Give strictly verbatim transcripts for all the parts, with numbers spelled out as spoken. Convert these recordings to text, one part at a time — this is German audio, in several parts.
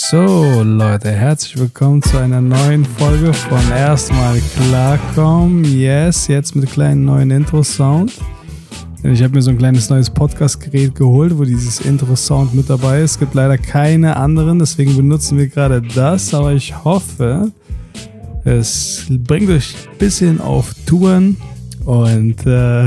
So Leute, herzlich willkommen zu einer neuen Folge von Erstmal Klarkommen. Yes, jetzt mit einem kleinen neuen Intro-Sound. Ich habe mir so ein kleines neues Podcast-Gerät geholt, wo dieses Intro-Sound mit dabei ist. Es gibt leider keine anderen, deswegen benutzen wir gerade das. Aber ich hoffe, es bringt euch ein bisschen auf Touren. Und äh,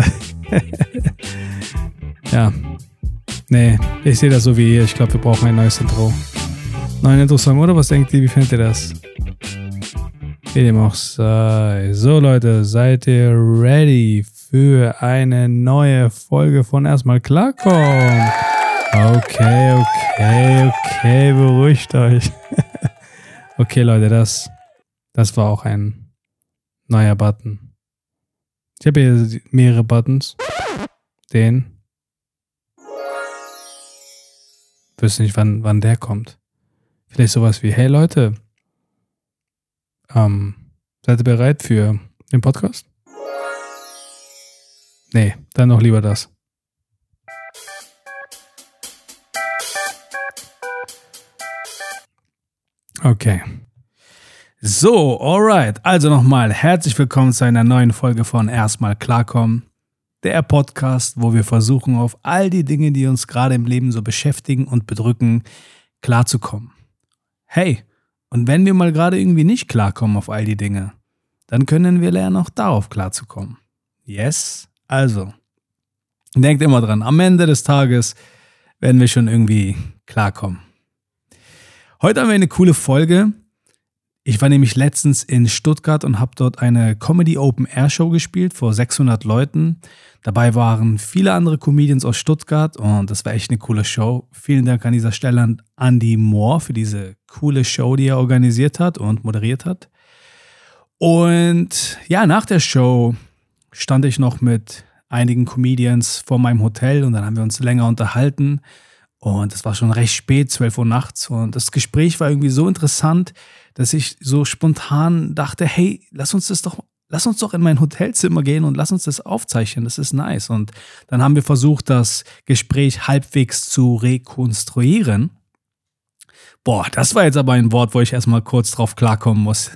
ja, nee, ich sehe das so wie ihr. Ich glaube, wir brauchen ein neues Intro. Neuen Intro-Song, oder? Was denkt ihr? Wie findet ihr das? Wie dem auch sei. So Leute, seid ihr ready für eine neue Folge von Erstmal Klarkommen? Okay, okay, okay, beruhigt euch. Okay Leute, das, das war auch ein neuer Button. Ich habe hier mehrere Buttons. Den. Ich wüsste nicht, wann, wann der kommt. Vielleicht sowas wie, hey Leute, ähm, seid ihr bereit für den Podcast? Nee, dann noch lieber das. Okay. So, alright. Also nochmal herzlich willkommen zu einer neuen Folge von Erstmal Klarkommen. Der Podcast, wo wir versuchen, auf all die Dinge, die uns gerade im Leben so beschäftigen und bedrücken, klarzukommen. Hey, und wenn wir mal gerade irgendwie nicht klarkommen auf all die Dinge, dann können wir lernen, auch darauf klarzukommen. Yes? Also, denkt immer dran, am Ende des Tages werden wir schon irgendwie klarkommen. Heute haben wir eine coole Folge. Ich war nämlich letztens in Stuttgart und habe dort eine Comedy Open Air Show gespielt vor sechshundert Leuten. Dabei waren viele andere Comedians aus Stuttgart und das war echt eine coole Show. Vielen Dank an dieser Stelle an Andy Moore für diese coole Show, die er organisiert hat und moderiert hat. Und ja, nach der Show stand ich noch mit einigen Comedians vor meinem Hotel und dann haben wir uns länger unterhalten. Und es war schon recht spät, zwölf Uhr nachts. Und das Gespräch war irgendwie so interessant, dass ich so spontan dachte, hey, lass uns das doch, lass uns doch in mein Hotelzimmer gehen und lass uns das aufzeichnen. Das ist nice. Und dann haben wir versucht, das Gespräch halbwegs zu rekonstruieren. Boah, das war jetzt aber ein Wort, wo ich erstmal kurz drauf klarkommen muss.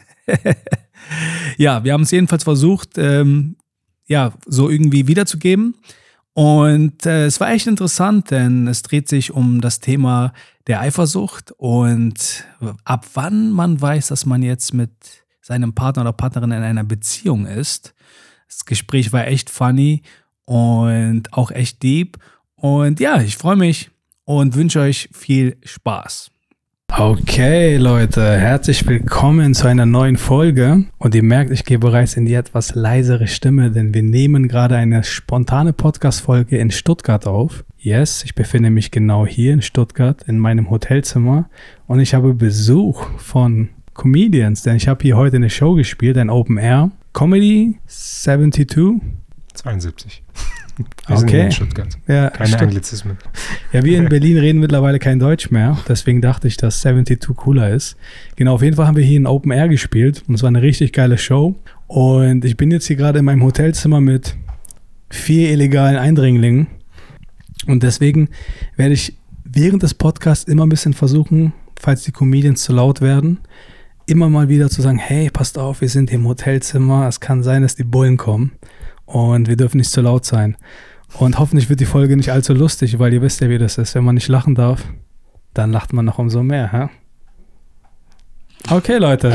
Ja, wir haben es jedenfalls versucht, ähm, ja, so irgendwie wiederzugeben. Und äh, es war echt interessant, denn es dreht sich um das Thema der Eifersucht und ab wann man weiß, dass man jetzt mit seinem Partner oder Partnerin in einer Beziehung ist. Das Gespräch war echt funny und auch echt deep. Und ja, ich freue mich und wünsche euch viel Spaß. Okay, Leute, herzlich willkommen zu einer neuen Folge. Und ihr merkt, ich gehe bereits in die etwas leisere Stimme, denn wir nehmen gerade eine spontane Podcast-Folge in Stuttgart auf. Yes, ich befinde mich genau hier in Stuttgart in meinem Hotelzimmer und ich habe Besuch von Comedians, denn ich habe hier heute eine Show gespielt, ein Open Air. Comedy zweiundsiebzig? zweiundsiebzig. Okay. Wir sind hier in Stuttgart. Ja, Keine Stutt- Anglizismen. Ja, wir in Berlin reden mittlerweile kein Deutsch mehr. Deswegen dachte ich, dass zweiundsiebzig cooler ist. Genau, auf jeden Fall haben wir hier in Open Air gespielt. Und es war eine richtig geile Show. Und ich bin jetzt hier gerade in meinem Hotelzimmer mit vier illegalen Eindringlingen. Und deswegen werde ich während des Podcasts immer ein bisschen versuchen, falls die Comedians zu laut werden, immer mal wieder zu sagen, hey, passt auf, wir sind hier im Hotelzimmer. Es kann sein, dass die Bullen kommen. Und wir dürfen nicht zu laut sein. Und hoffentlich wird die Folge nicht allzu lustig, weil ihr wisst ja, wie das ist. Wenn man nicht lachen darf, dann lacht man noch umso mehr. Hä? Okay, Leute.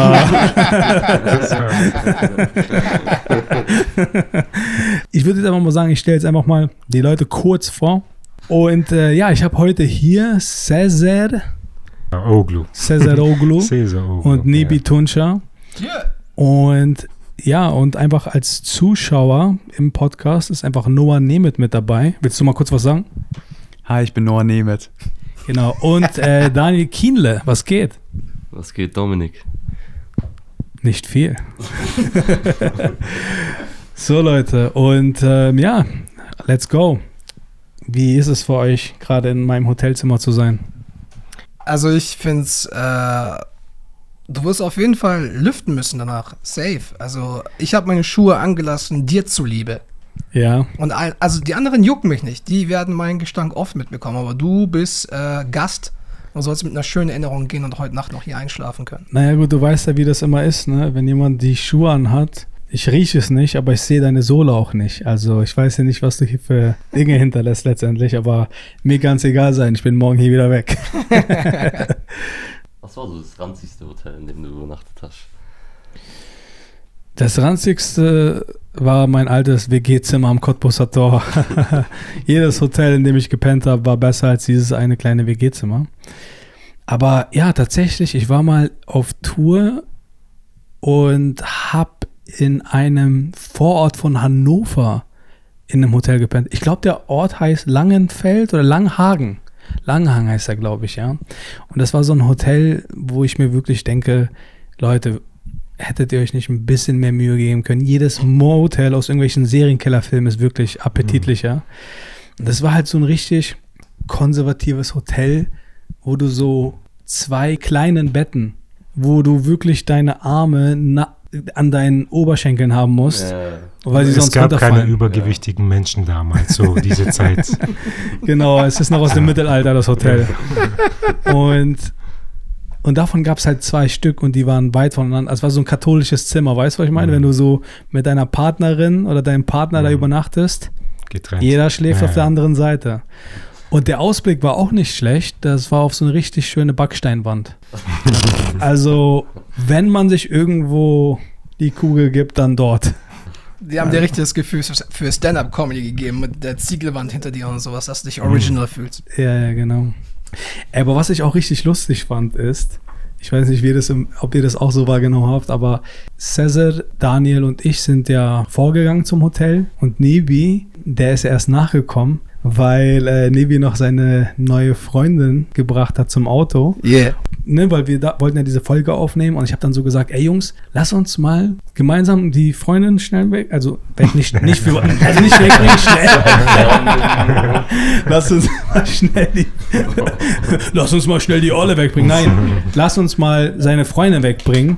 Ich würde jetzt einfach mal sagen, ich stelle jetzt einfach mal die Leute kurz vor. Und äh, ja, ich habe heute hier Cesar Oglu. Cesar Oglu Cesar Oglu. und Nibi ja. Tunca. Und ja, und einfach als Zuschauer im Podcast ist einfach Noah Nemeth mit dabei. Willst du mal kurz was sagen? Hi, ich bin Noah Nemeth. Genau. Und äh, Daniel Kienle, was geht? Was geht, Dominik? Nicht viel. So, Leute. Und ähm, ja, let's go. Wie ist es für euch, gerade in meinem Hotelzimmer zu sein? Also ich finde es, äh, du wirst auf jeden Fall lüften müssen danach. Safe. Also ich habe meine Schuhe angelassen, dir zuliebe. Ja. Und all, also die anderen jucken mich nicht. Die werden meinen Gestank oft mitbekommen. Aber du bist äh, Gast Du sollst mit einer schönen Erinnerung gehen und heute Nacht noch hier einschlafen können. Naja gut, du weißt ja, wie das immer ist, ne? Wenn jemand die Schuhe anhat, ich rieche es nicht, aber ich sehe deine Sohle auch nicht. Also ich weiß ja nicht, was du hier für Dinge hinterlässt letztendlich, aber mir ganz egal sein, ich bin morgen hier wieder weg. Was war so das ranzigste Hotel, in dem du übernachtet hast? Das ranzigste war mein altes W G-Zimmer am Cottbusser Tor. Jedes Hotel, in dem ich gepennt habe, war besser als dieses eine kleine W G-Zimmer. Aber ja, tatsächlich, ich war mal auf Tour und habe in einem Vorort von Hannover in einem Hotel gepennt. Ich glaube, der Ort heißt Langenfeld oder Langhagen. Langhagen heißt er, glaube ich, ja. Und das war so ein Hotel, wo ich mir wirklich denke, Leute, hättet ihr euch nicht ein bisschen mehr Mühe geben können? Jedes Motel aus irgendwelchen Serienkillerfilmen ist wirklich appetitlicher. Und das war halt so ein richtig konservatives Hotel, wo du so zwei kleinen Betten, wo du wirklich deine Arme na- an deinen Oberschenkeln haben musst, Ja. weil sie Es sonst gab keine runterfallen. übergewichtigen Menschen damals, so diese Zeit. Genau, es ist noch aus dem Mittelalter, das Hotel. Und, und davon gab es halt zwei Stück und die waren weit voneinander. Es war so ein katholisches Zimmer, weißt du, was ich meine? Mhm. Wenn du so mit deiner Partnerin oder deinem Partner da Mhm. übernachtest, Getrennt. jeder schläft Ja, auf der ja. anderen Seite. Und der Ausblick war auch nicht schlecht. Das war auf so eine richtig schöne Backsteinwand. Also, wenn man sich irgendwo die Kugel gibt, dann dort. Die haben dir richtig das Gefühl für für Stand-Up-Comedy gegeben, mit der Ziegelwand hinter dir und sowas, dass du dich original fühlst. Ja, ja, genau. Aber was ich auch richtig lustig fand, ist, ich weiß nicht, wie das im, ob ihr das auch so wahrgenommen habt, aber Cesar, Daniel und ich sind ja vorgegangen zum Hotel und Nebi, der ist erst nachgekommen, weil äh, Nebi noch seine neue Freundin gebracht hat zum Auto. Yeah. Ne, weil wir da, wollten ja diese Folge aufnehmen und ich habe dann so gesagt, ey Jungs, lass uns mal gemeinsam die Freundin schnell weg, also weg, nicht, nicht für, also nicht wegbringen, schnell. Lass uns mal schnell die, lass uns mal schnell die Olle wegbringen. Nein, lass uns mal seine Freundin wegbringen.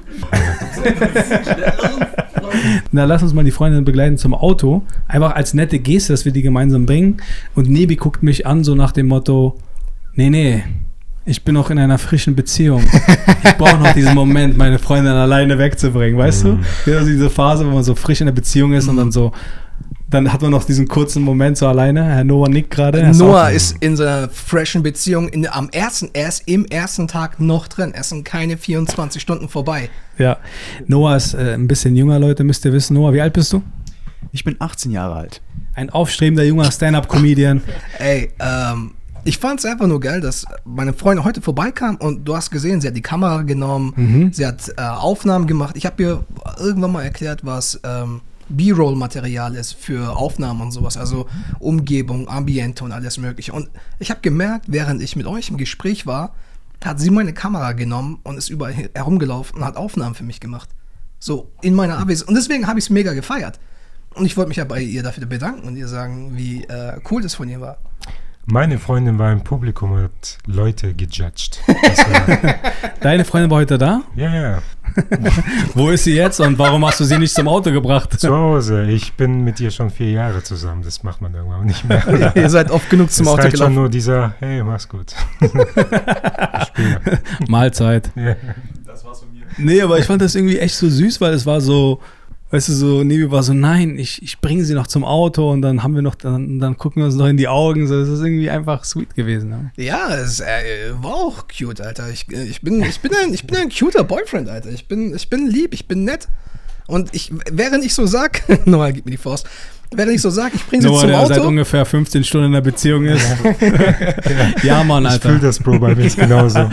Na, lass uns mal die Freundin begleiten zum Auto. Einfach als nette Geste, dass wir die gemeinsam bringen. Und Nebi guckt mich an, so nach dem Motto, nee, nee, ich bin noch in einer frischen Beziehung. Ich brauche noch diesen Moment, meine Freundin alleine wegzubringen, weißt du? Also diese Phase, wo man so frisch in der Beziehung ist und dann so, dann hat man noch diesen kurzen Moment so alleine. Herr Noah nickt gerade. Er ist Noah auch- ist in seiner freshen Beziehung in, am ersten, er ist im ersten Tag noch drin. Es sind keine vierundzwanzig Stunden vorbei. Ja, Noah ist äh, ein bisschen jünger, Leute, müsst ihr wissen. Noah, wie alt bist du? Ich bin achtzehn Jahre alt. Ein aufstrebender junger Stand-Up-Comedian. Ey, ähm, ich fand es einfach nur geil, dass meine Freundin heute vorbeikam und du hast gesehen, sie hat die Kamera genommen, Mhm. sie hat äh, Aufnahmen gemacht. Ich habe ihr irgendwann mal erklärt, was ähm, B-Roll-Material ist für Aufnahmen und sowas, also Umgebung, Ambiente und alles mögliche. Und ich habe gemerkt, während ich mit euch im Gespräch war, hat sie meine Kamera genommen und ist überall her- herumgelaufen und hat Aufnahmen für mich gemacht. So, in meiner Abwesenheit. Und deswegen habe ich es mega gefeiert. Und ich wollte mich ja bei ihr dafür bedanken und ihr sagen, wie äh, cool das von ihr war. Meine Freundin war im Publikum und hat Leute gejudged. Das war, Deine Freundin war heute da? ja, ja. Wo ist sie jetzt und warum hast du sie nicht zum Auto gebracht? Zu Hause. Ich bin mit ihr schon vier Jahre zusammen. Das macht man irgendwann nicht mehr. Ihr seid oft genug zum Es Auto reicht schon gelaufen. nur dieser, hey, mach's gut. Ich spiele. Mahlzeit. Ja. Nee, aber ich fand das irgendwie echt so süß, weil es war so, weißt du, so, Nebi war so, nein, ich, ich bringe sie noch zum Auto und dann haben wir noch, dann, dann gucken wir uns noch in die Augen. So, das ist irgendwie einfach sweet gewesen. Ne? Ja, es äh, war auch cute, Alter. Ich, ich, bin, ich, bin ein, ich bin ein cuter Boyfriend, Alter. Ich bin, ich bin lieb, ich bin nett. Und ich, während ich so sag, Noah, gib mir die Faust, während ich so sag, ich bringe sie Noah, zum der seit Auto. ungefähr fünfzehn Stunden in der Beziehung ist. Ja, Mann, Ich Alter. fühle das, Bro, bei mir ist genauso.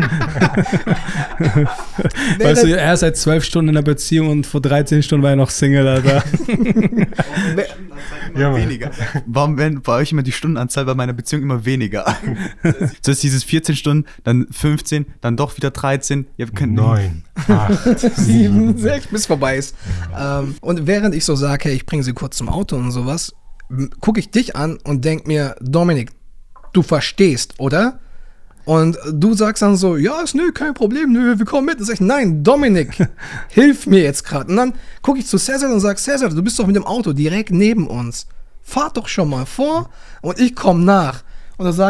Weißt du, er ist seit zwölf Stunden in der Beziehung und vor dreizehn Stunden war er noch Single, Alter. Ja, Mann. Weniger. Warum werden bei euch immer die Stundenanzahl bei meiner Beziehung immer weniger? So ist dieses vierzehn Stunden, dann fünfzehn, dann doch wieder dreizehn. Ihr habt kein Neun, acht, sieben, sechs, bis vorbei ist. Ähm, und während ich so sage, hey, ich bringe sie kurz zum Auto und sowas, gucke ich dich an und denk mir, Dominik, du verstehst, oder? Und du sagst dann so, ja, ist nö, kein Problem, nö, wir kommen mit. Und sag ich, nein, Dominik, hilf mir jetzt gerade. Und dann gucke ich zu Cesar und sag, Cesar, du bist doch mit dem Auto direkt neben uns. Fahr doch schon mal vor und ich komme nach. Und er sagt,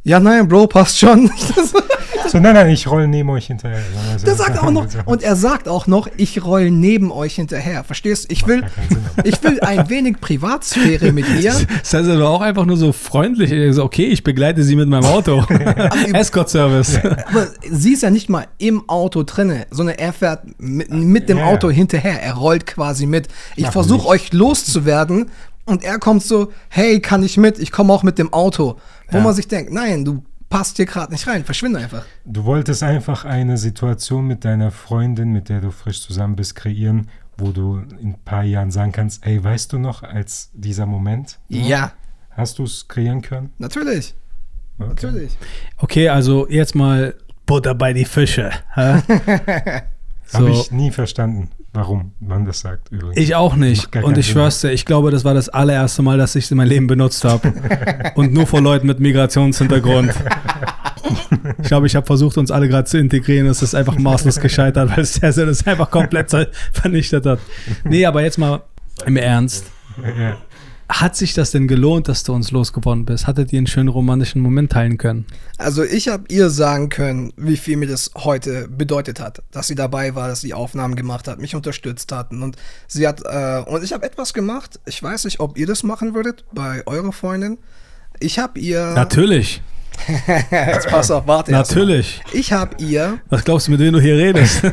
Ja, nein, Bro, passt schon. So, nein, nein, ich roll neben euch hinterher. Also, Der sagt auch noch, und er sagt auch noch, ich roll neben euch hinterher. Verstehst du? Ich will, ich will ein wenig Privatsphäre mit ihr. Das heißt aber auch einfach nur so freundlich. Ich so, okay, ich begleite sie mit meinem Auto. Escort-Service. Aber sie ist ja nicht mal im Auto drinne, sondern er fährt mit, mit dem Ja. Auto hinterher. Er rollt quasi mit. Ich Mach versuche nicht. euch loszuwerden und er kommt so, hey, kann ich mit? Ich komme auch mit dem Auto. Wo Ja. man sich denkt, nein, du passt hier gerade nicht rein, verschwinde einfach. Du wolltest einfach eine Situation mit deiner Freundin, mit der du frisch zusammen bist, kreieren, wo du in ein paar Jahren sagen kannst, ey, weißt du noch, als dieser Moment? Ja, Hast du es kreieren können? natürlich. Okay. Natürlich. Okay, also jetzt mal Butter bei die Fische. hä? Habe So. ich nie verstanden, warum man das sagt übrigens. Ich auch nicht. Macht gar Und keinen ich Sinn. schwör's dir, ich glaube, das war das allererste Mal, dass ich es in meinem Leben benutzt habe. Und nur vor Leuten mit Migrationshintergrund. Ich glaube, ich habe versucht, uns alle gerade zu integrieren. Es ist einfach maßlos gescheitert, weil Cesar das einfach komplett vernichtet hat. Nee, aber jetzt mal im Ernst. Ja. Hat sich das denn gelohnt, dass du uns losgeworden bist? Hattet ihr einen schönen romantischen Moment teilen können? Also ich habe ihr sagen können, wie viel mir das heute bedeutet hat, dass sie dabei war, dass sie Aufnahmen gemacht hat, mich unterstützt hatten und sie hat äh, und ich habe etwas gemacht. Ich weiß nicht, ob ihr das machen würdet bei eurer Freundin. Ich habe ihr Natürlich. jetzt pass auf, warte erst mal. Natürlich. Ich habe ihr Was glaubst du, mit wem du hier redest?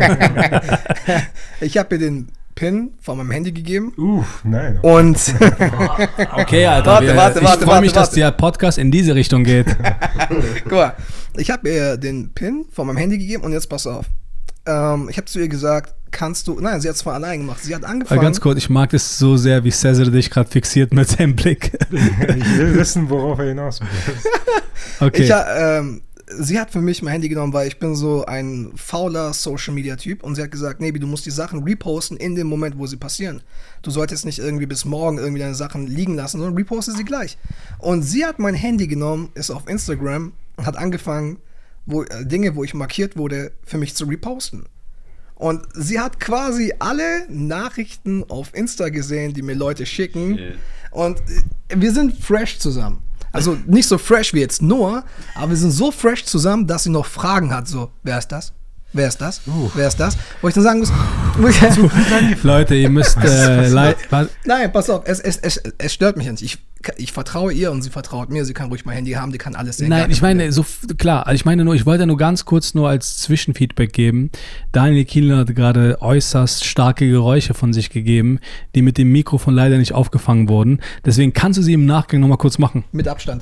ich habe ihr den PIN von meinem Handy gegeben Uff, nein. und Okay, Alter. Warte, wir, warte, ich warte, freue mich, warte, dass der Podcast in diese Richtung geht. guck mal, ich habe ihr den PIN von meinem Handy gegeben und jetzt pass auf. Ähm, ich habe zu ihr gesagt, kannst du, nein, sie hat es zwar allein gemacht. Sie hat Aber angefangen. ganz kurz, ich mag es so sehr, wie Cesar dich gerade fixiert mit seinem Blick. Ich will wissen, worauf er hinaus will. Okay. Ich, ha- ähm, sie hat für mich mein Handy genommen, weil ich bin so ein fauler Social-Media-Typ und sie hat gesagt, Nebi, du musst die Sachen reposten in dem Moment, wo sie passieren. Du solltest nicht irgendwie bis morgen irgendwie deine Sachen liegen lassen, sondern reposte sie gleich. Und sie hat mein Handy genommen, ist auf Instagram und hat angefangen, wo, äh, Dinge, wo ich markiert wurde, für mich zu reposten. Und sie hat quasi alle Nachrichten auf Insta gesehen, die mir Leute schicken. Shit. Und äh, wir sind fresh zusammen. Also nicht so fresh wie jetzt Noah, aber wir sind so fresh zusammen, dass sie noch Fragen hat. So, wer ist das? Wer ist das? Wer ist das? Wo ich dann sagen muss, wo ich, Leute, ihr müsst äh, lei- wa- nein, pass auf, es, es, es, es stört mich nicht. Ich, ich vertraue ihr und sie vertraut mir. Sie kann ruhig mein Handy haben, die kann alles sehen. Gar Nein, ich kein meine, so f- klar, also ich meine nur, ich wollte nur ganz kurz nur als Zwischenfeedback geben. Daniel Kienle hat gerade äußerst starke Geräusche von sich gegeben, die mit dem Mikrofon leider nicht aufgefangen wurden. Deswegen kannst du sie im Nachgang nochmal kurz machen. Mit Abstand.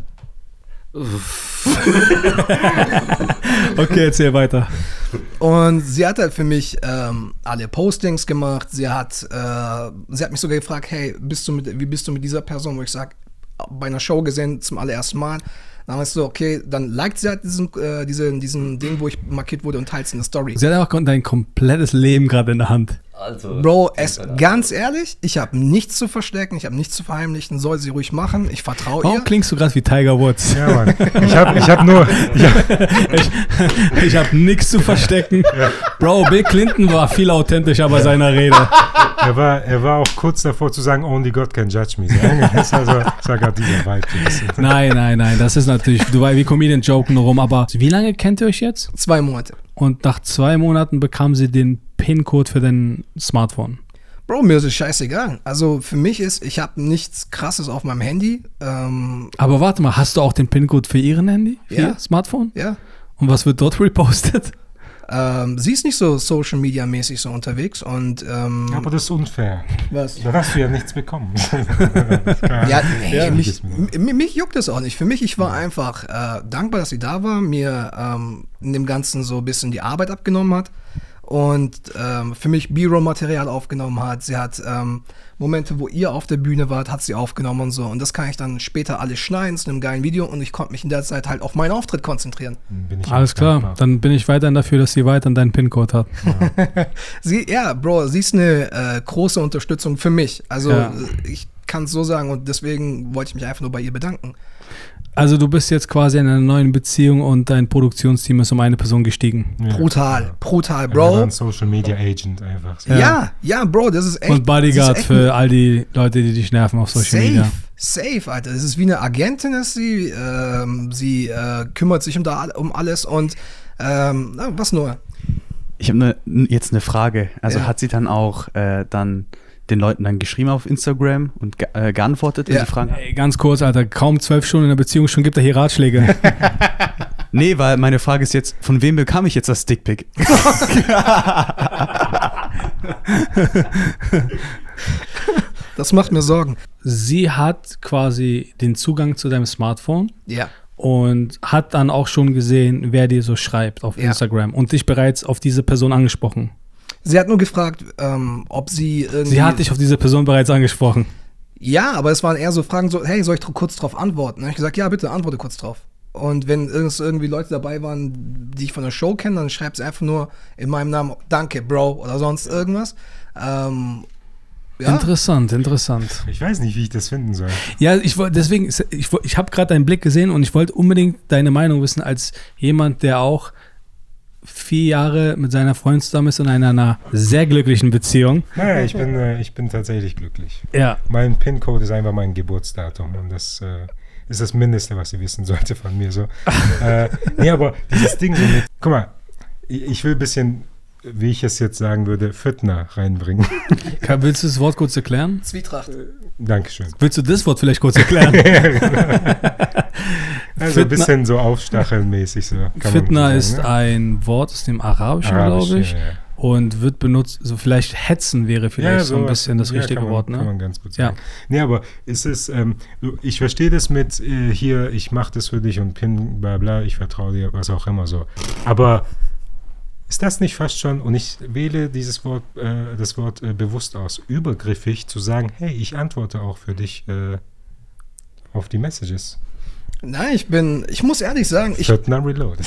Okay, erzähl weiter. Und sie hat halt für mich ähm, alle Postings gemacht. Sie hat, äh, sie hat mich sogar gefragt, hey, bist du mit, wie bist du mit dieser Person? Wo ich sage, bei einer Show gesehen zum allerersten Mal. Dann weißt du, okay, dann liked sie halt diesen, äh, diesen, diesen Ding, wo ich markiert wurde und teilt es in der Story. Sie hat einfach dein komplettes Leben gerade in der Hand. Also, Bro, es, ganz ehrlich, ich habe nichts zu verstecken, ich habe nichts zu verheimlichen, soll sie ruhig machen, ich vertraue Warum ihr. klingst du gerade wie Tiger Woods? Ja, Mann. Ich habe ich hab nur. Ich hab, Ich, ich habe nichts zu verstecken. Bro, Bill Clinton war viel authentischer bei seiner Rede. er, war, er war auch kurz davor zu sagen, only God can judge me. Das ist also, das war gerade dieser Vibe. ein bisschen. Nein, nein, nein, das ist natürlich, du weißt, wie Comedian joken rum, aber wie lange kennt ihr euch jetzt? Zwei Monate. Und nach zwei Monaten bekam sie den PIN-Code für dein Smartphone. Bro, mir ist es scheißegal. Also für mich ist, ich habe nichts Krasses auf meinem Handy. Ähm, Aber warte mal, hast du auch den PIN-Code für ihren Handy? Für Ja. ihr Smartphone? ja. Und was wird dort repostet? Ähm, sie ist nicht so Social Media mäßig so unterwegs und ähm, Aber das ist unfair. was? Da hast du ja nichts bekommen. Ja, nee, Ja, mich, ist mir- m- mich juckt es auch nicht. Für mich, ich war einfach äh, dankbar, dass sie da war, mir ähm, in dem Ganzen so ein bisschen die Arbeit abgenommen hat und ähm, für mich B-Roll-Material aufgenommen hat. Sie hat ähm, Momente, wo ihr auf der Bühne wart, hat sie aufgenommen und so. Und das kann ich dann später alles schneiden zu einem geilen Video und ich konnte mich in der Zeit halt auf meinen Auftritt konzentrieren. Bin ich Alles auch klar, dankbar. dann bin ich weiterhin dafür, dass sie weiterhin deinen PIN-Code hat. Sie, ja, Bro, sie ist eine äh, große Unterstützung für mich. Also Ja. äh, ich kann es so sagen und deswegen wollte ich mich einfach nur bei ihr bedanken. Also du bist jetzt quasi in einer neuen Beziehung und dein Produktionsteam ist um eine Person gestiegen. Ja. Brutal, brutal, Er war Bro. ein Social Media Agent einfach. So. Ja. Ja. ja, Bro, das ist echt. Und Bodyguard das ist echt für all die Leute, die dich nerven auf Social safe, Media. safe, Alter. Das ist wie eine Agentin, ist sie. Ähm, sie äh, kümmert sich um, da, um alles und ähm, na, was nur. Ich habe ne, jetzt eine Frage. Also Ja. hat sie dann auch äh, dann den Leuten dann geschrieben auf Instagram und ge äh, geantwortet, wenn Ja. sie fragen? Ey, ganz kurz, Alter, kaum zwölf Stunden in der Beziehung, schon gibt er hier Ratschläge. Nee, weil meine Frage ist jetzt, von wem bekam ich jetzt das Dickpick? Das macht mir Sorgen. Sie hat quasi den Zugang zu deinem Smartphone Ja. und hat dann auch schon gesehen, wer dir so schreibt auf Ja. Instagram und dich bereits auf diese Person angesprochen. Sie hat nur gefragt, ähm, ob sie irgendwie. Sie hat dich auf diese Person bereits angesprochen. Ja, aber es waren eher so Fragen so, hey, soll ich dr- kurz drauf antworten? Dann habe ich gesagt, ja, bitte, antworte kurz drauf. Und wenn irgend- irgendwie Leute dabei waren, die ich von der Show kenne, dann schreibt sie einfach nur in meinem Namen, danke, Bro, oder sonst irgendwas. Ähm, ja, Interessant, interessant. Ich weiß nicht, wie ich das finden soll. Ja, ich wollte deswegen, ich, woll- ich habe gerade deinen Blick gesehen und ich wollte unbedingt deine Meinung wissen als jemand, der auch vier Jahre mit seiner Freundin zusammen ist und in einer sehr glücklichen Beziehung. Naja, ich bin, äh, ich bin tatsächlich glücklich. Ja. Mein PIN-Code ist einfach mein Geburtsdatum und das äh, ist das Mindeste, was sie wissen sollte von mir. So. äh, nee, aber dieses Ding so mit, guck mal, ich, ich will ein bisschen, wie ich es jetzt sagen würde, Fitna reinbringen. Ka- Willst du das Wort kurz erklären? Zwietracht. Dankeschön. Willst du das Wort vielleicht kurz erklären? Also ein Fitna- bisschen so aufstachelmäßig. So, kann man Fitna so ist sagen, ne? ein Wort aus dem Arabischen, Arabisch, glaube ich, ja, ja. und wird benutzt, so vielleicht hetzen wäre vielleicht so ein sowas, bisschen das ja, richtige kann man, Wort, Kann ne? man ganz gut Ja. sagen. Nee, aber es ist, ähm, du, ich verstehe das mit äh, hier, ich mache das für dich und Pin, bla bla, ich vertraue dir, was auch immer so. Aber ist das nicht fast schon, und ich wähle dieses Wort, äh, das Wort äh, bewusst aus, übergriffig zu sagen, hey, ich antworte auch für dich äh, auf die Messages. Nein, ich bin, ich muss ehrlich sagen, ich, Fitna Reload.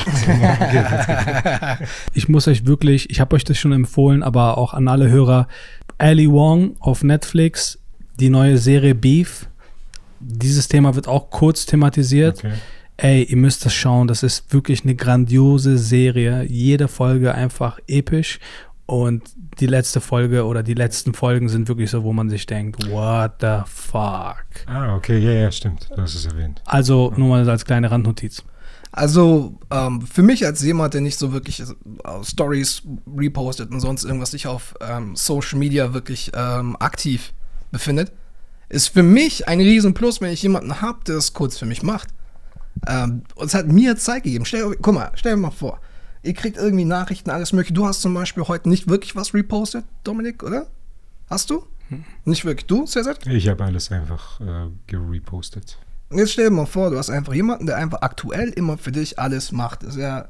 Ich muss euch wirklich, ich habe euch das schon empfohlen, aber auch an alle Hörer, Ali Wong auf Netflix, die neue Serie Beef. Dieses Thema wird auch kurz thematisiert. Okay. Ey, ihr müsst das schauen, das ist wirklich eine grandiose Serie. Jede Folge einfach episch und die letzte Folge oder die letzten Folgen sind wirklich so, wo man sich denkt, what the fuck. Ah, okay, ja, ja, stimmt, du hast es erwähnt. Also nur mal als kleine Randnotiz. also ähm, für mich als jemand, der nicht so wirklich äh, Stories repostet und sonst irgendwas sich auf ähm, Social Media wirklich ähm, aktiv befindet, ist für mich ein Riesenplus, wenn ich jemanden habe, der das kurz für mich macht. Ähm, und es hat mir Zeit gegeben. Stell, guck mal, stell dir mal vor, ihr kriegt irgendwie Nachrichten, alles mögliche. Du hast zum Beispiel heute nicht wirklich was repostet, Dominik, oder? Hast du? Hm. Nicht wirklich. Du, Cesar? Ich habe alles einfach äh, gerepostet. Und jetzt stell dir mal vor, du hast einfach jemanden, der einfach aktuell immer für dich alles macht. Das ist ja.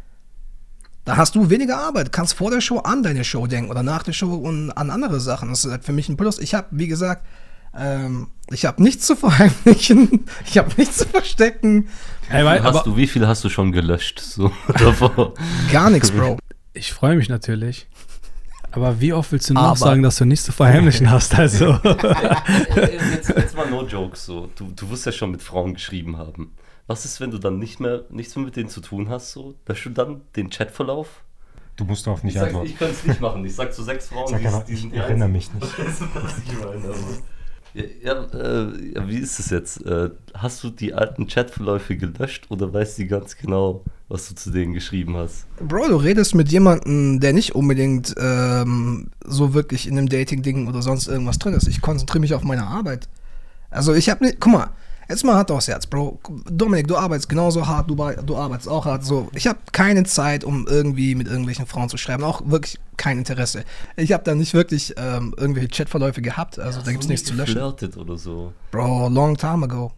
Da hast du weniger Arbeit. Du kannst vor der Show an deine Show denken oder nach der Show und an andere Sachen. Das ist halt für mich ein Plus. Ich habe, wie gesagt, ähm, ich habe nichts zu verheimlichen. Ich habe nichts zu verstecken. Ey, Wie weil, viel hast aber du, wie viel hast du schon gelöscht? So, davor? Gar nichts, Bro. ich freue mich natürlich. Aber wie oft willst du noch Aber- sagen, dass du nichts zu verheimlichen hast? Also. jetzt, jetzt mal no joke so. Du, du wirst ja schon mit Frauen geschrieben haben. Was ist, wenn du dann nicht mehr nichts mehr mit denen zu tun hast? So? Löschst du dann den Chatverlauf? Du musst darauf nicht Ich, sag, antworten. ich könnte es nicht machen. Ich sag zu sechs Frauen, Sag die, aber, die ich sind die erinnere einzigen. mich nicht. Das ist, was ich meine, aber- Ja, ja, äh, ja, wie ist es jetzt? Äh, hast du die alten Chatverläufe gelöscht oder weißt du ganz genau, was du zu denen geschrieben hast? Bro, du redest mit jemandem, der nicht unbedingt ähm, so wirklich in einem Dating-Ding oder sonst irgendwas drin ist. Ich konzentriere mich auf meine Arbeit. Also ich habe nicht, guck mal, jetzt mal hart aufs Herz, Bro. Dominik, du arbeitest genauso hart, du, du arbeitest auch hart. So, ich habe keine Zeit, um irgendwie mit irgendwelchen Frauen zu schreiben, auch wirklich kein Interesse. Ich habe da nicht wirklich ähm, irgendwelche Chatverläufe gehabt, also Hast da gibt's du nie nichts zu löschen. geflirtet oder so. Bro, long time ago.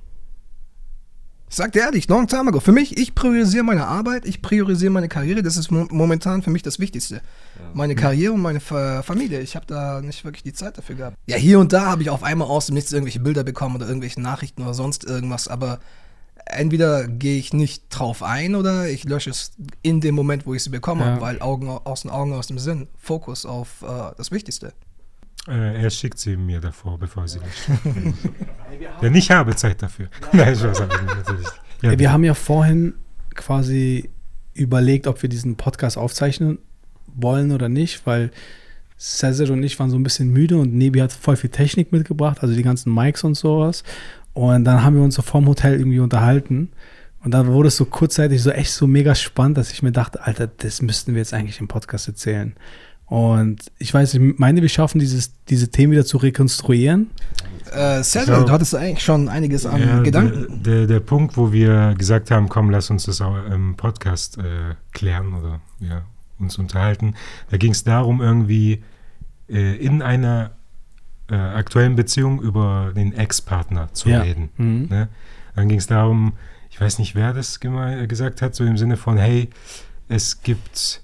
Ich sag dir ehrlich, long time ago. Für mich, ich priorisiere meine Arbeit, ich priorisiere meine Karriere. Das ist mo momentan für mich das Wichtigste. Meine Karriere und meine Fa Familie. Ich habe da nicht wirklich die Zeit dafür gehabt. Ja, hier und da habe ich auf einmal aus dem Nichts irgendwelche Bilder bekommen oder irgendwelche Nachrichten oder sonst irgendwas. Aber entweder gehe ich nicht drauf ein oder ich lösche es in dem Moment, wo ich sie bekomme, Ja. weil Augen aus den Augen, aus dem Sinn. Fokus auf äh, das Wichtigste. Äh, er schickt sie mir davor, bevor sie nicht. Denn ich habe Zeit dafür. Nein, ich weiß aber nicht, natürlich. Ja, Ja, wir haben ja vorhin quasi überlegt, ob wir diesen Podcast aufzeichnen wollen oder nicht, weil Cesar und ich waren so ein bisschen müde und Nebi hat voll viel Technik mitgebracht, also die ganzen Mics und sowas. Und dann haben wir uns so vorm Hotel irgendwie unterhalten. Und dann wurde es so kurzzeitig so echt so mega spannend, dass ich mir dachte, Alter, das müssten wir jetzt eigentlich im Podcast erzählen. Und ich weiß, ich meine, wir schaffen dieses, diese Themen wieder zu rekonstruieren. Äh, Cedric, glaub- du hattest eigentlich schon einiges an Ja, Gedanken. Der, der, der Punkt, wo wir gesagt haben, komm, lass uns das auch im Podcast äh, klären oder ja, uns unterhalten, da ging es darum, irgendwie äh, in einer äh, aktuellen Beziehung über den Ex-Partner zu Ja. reden. Mhm. Ne? Dann ging es darum, ich weiß nicht, wer das geme- gesagt hat, so im Sinne von, hey, es gibt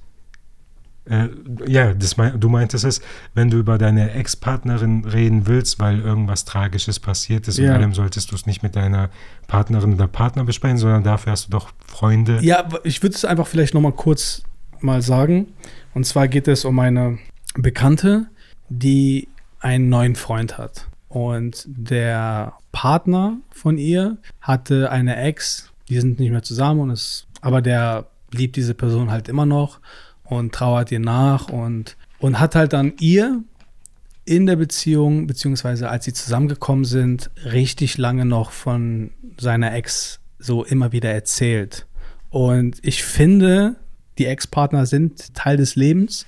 Äh, ja, das mein, du meintest es, wenn du über deine Ex-Partnerin reden willst, weil irgendwas Tragisches passiert ist, Ja. und allem solltest du es nicht mit deiner Partnerin oder Partner besprechen, sondern dafür hast du doch Freunde. Ja, ich würde es einfach vielleicht nochmal kurz mal sagen. Und zwar geht es um eine Bekannte, die einen neuen Freund hat. Und der Partner von ihr hatte eine Ex, die sind nicht mehr zusammen, und es, aber der liebt diese Person halt immer noch und trauert ihr nach und, und hat halt dann ihr in der Beziehung, beziehungsweise als sie zusammengekommen sind, richtig lange noch von seiner Ex so immer wieder erzählt. Und ich finde, die Ex-Partner sind Teil des Lebens.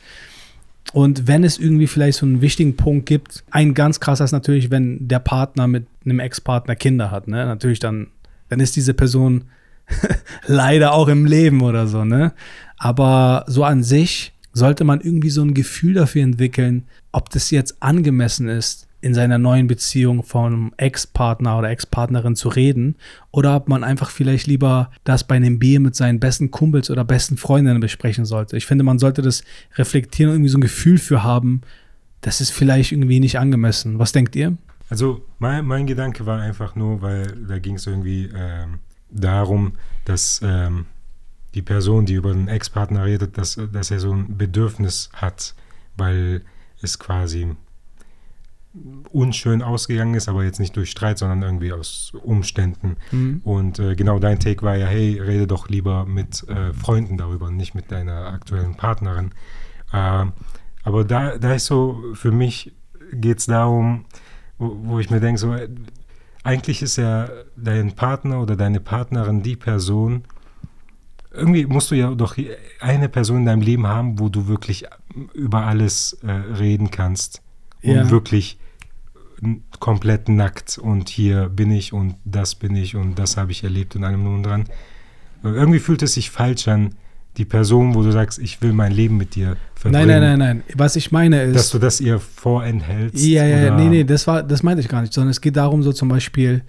Und wenn es irgendwie vielleicht so einen wichtigen Punkt gibt, ein ganz krasser ist natürlich, wenn der Partner mit einem Ex-Partner Kinder hat, ne? Natürlich dann, dann ist diese Person leider auch im Leben oder so, ne? Aber so an sich sollte man irgendwie so ein Gefühl dafür entwickeln, ob das jetzt angemessen ist, in seiner neuen Beziehung vom Ex-Partner oder Ex-Partnerin zu reden, oder ob man einfach vielleicht lieber das bei einem Bier mit seinen besten Kumpels oder besten Freundinnen besprechen sollte. Ich finde, man sollte das reflektieren und irgendwie so ein Gefühl für haben, das ist vielleicht irgendwie nicht angemessen. Was denkt ihr? Also mein, mein Gedanke war einfach nur, weil da ging es irgendwie ähm, darum, dass ähm, die Person, die über den Ex-Partner redet, dass, dass er so ein Bedürfnis hat, weil es quasi unschön ausgegangen ist, aber jetzt nicht durch Streit, sondern irgendwie aus Umständen. Mhm. Und äh, genau dein Take war ja, hey, rede doch lieber mit äh, Freunden darüber, nicht mit deiner aktuellen Partnerin. Äh, aber da, da ist so, für mich geht es darum, wo, wo ich mir denke, so, äh, eigentlich ist ja dein Partner oder deine Partnerin die Person, irgendwie musst du ja doch eine Person in deinem Leben haben, wo du wirklich über alles äh, reden kannst und Ja. wirklich n- komplett nackt und hier bin ich und das bin ich und das habe ich erlebt und allem nun dran. Irgendwie fühlt es sich falsch an, die Person, wo du sagst, ich will mein Leben mit dir verbringen. Nein, nein, nein, nein. Was ich meine ist, Dass du das ihr vorenthältst. Ja, ja, ja, oder- nee, nee, das war, das meinte ich gar nicht, sondern es geht darum, so zum Beispiel,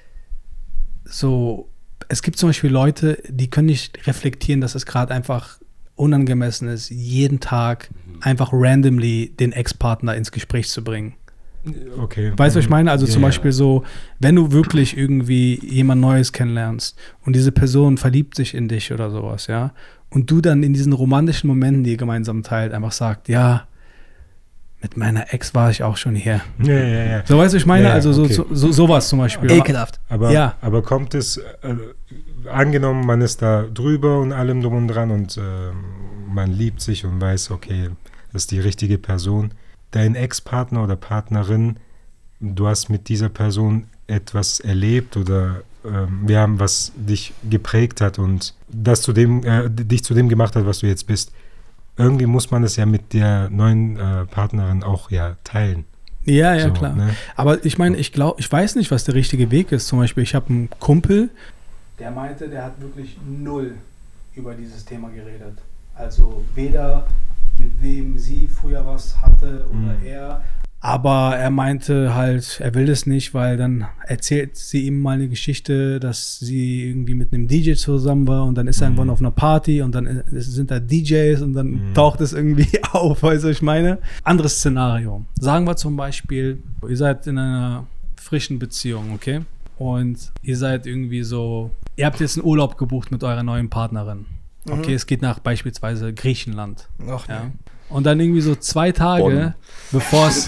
so, es gibt zum Beispiel Leute, die können nicht reflektieren, dass es gerade einfach unangemessen ist, jeden Tag einfach randomly den Ex-Partner ins Gespräch zu bringen. Okay. Weißt du, was ich meine? Also Ja, zum ja. Beispiel so, wenn du wirklich irgendwie jemand Neues kennenlernst und diese Person verliebt sich in dich oder sowas, ja, und du dann in diesen romantischen Momenten, die ihr gemeinsam teilt, einfach sagt, ja, mit meiner Ex war ich auch schon hier. Ja, ja, ja. So, weißt du, ich meine, Ja, ja, also so, okay. so, so sowas zum Beispiel. Ekelhaft. Aber, Ja. aber kommt es, äh, angenommen, man ist da drüber und allem drum und dran und äh, man liebt sich und weiß, okay, das ist die richtige Person. Dein Ex-Partner oder Partnerin, du hast mit dieser Person etwas erlebt oder ähm, wir haben, was dich geprägt hat und das zu dem, äh, dich zu dem gemacht hat, was du jetzt bist. Irgendwie muss man es ja mit der neuen äh, Partnerin auch ja teilen. Ja, ja, So, klar. ne? Aber ich meine, ich glaube, ich weiß nicht, was der richtige Weg ist. Zum Beispiel, ich habe einen Kumpel, der meinte, der hat wirklich null über dieses Thema geredet. Also weder mit wem sie früher was hatte oder Mhm. er. Aber er meinte halt, er will das nicht, weil dann erzählt sie ihm mal eine Geschichte, dass sie irgendwie mit einem D J zusammen war und dann ist er Mhm. irgendwann auf einer Party und dann ist- sind da D Js und dann Mhm. taucht es irgendwie auf, weißt du, was ich meine? Anderes Szenario. Sagen wir zum Beispiel, ihr seid in einer frischen Beziehung, okay? Und ihr seid irgendwie so, ihr habt jetzt einen Urlaub gebucht mit eurer neuen Partnerin. Okay, es geht nach beispielsweise Griechenland. Ach, Ja. nee. Und dann irgendwie so zwei Tage, bevor es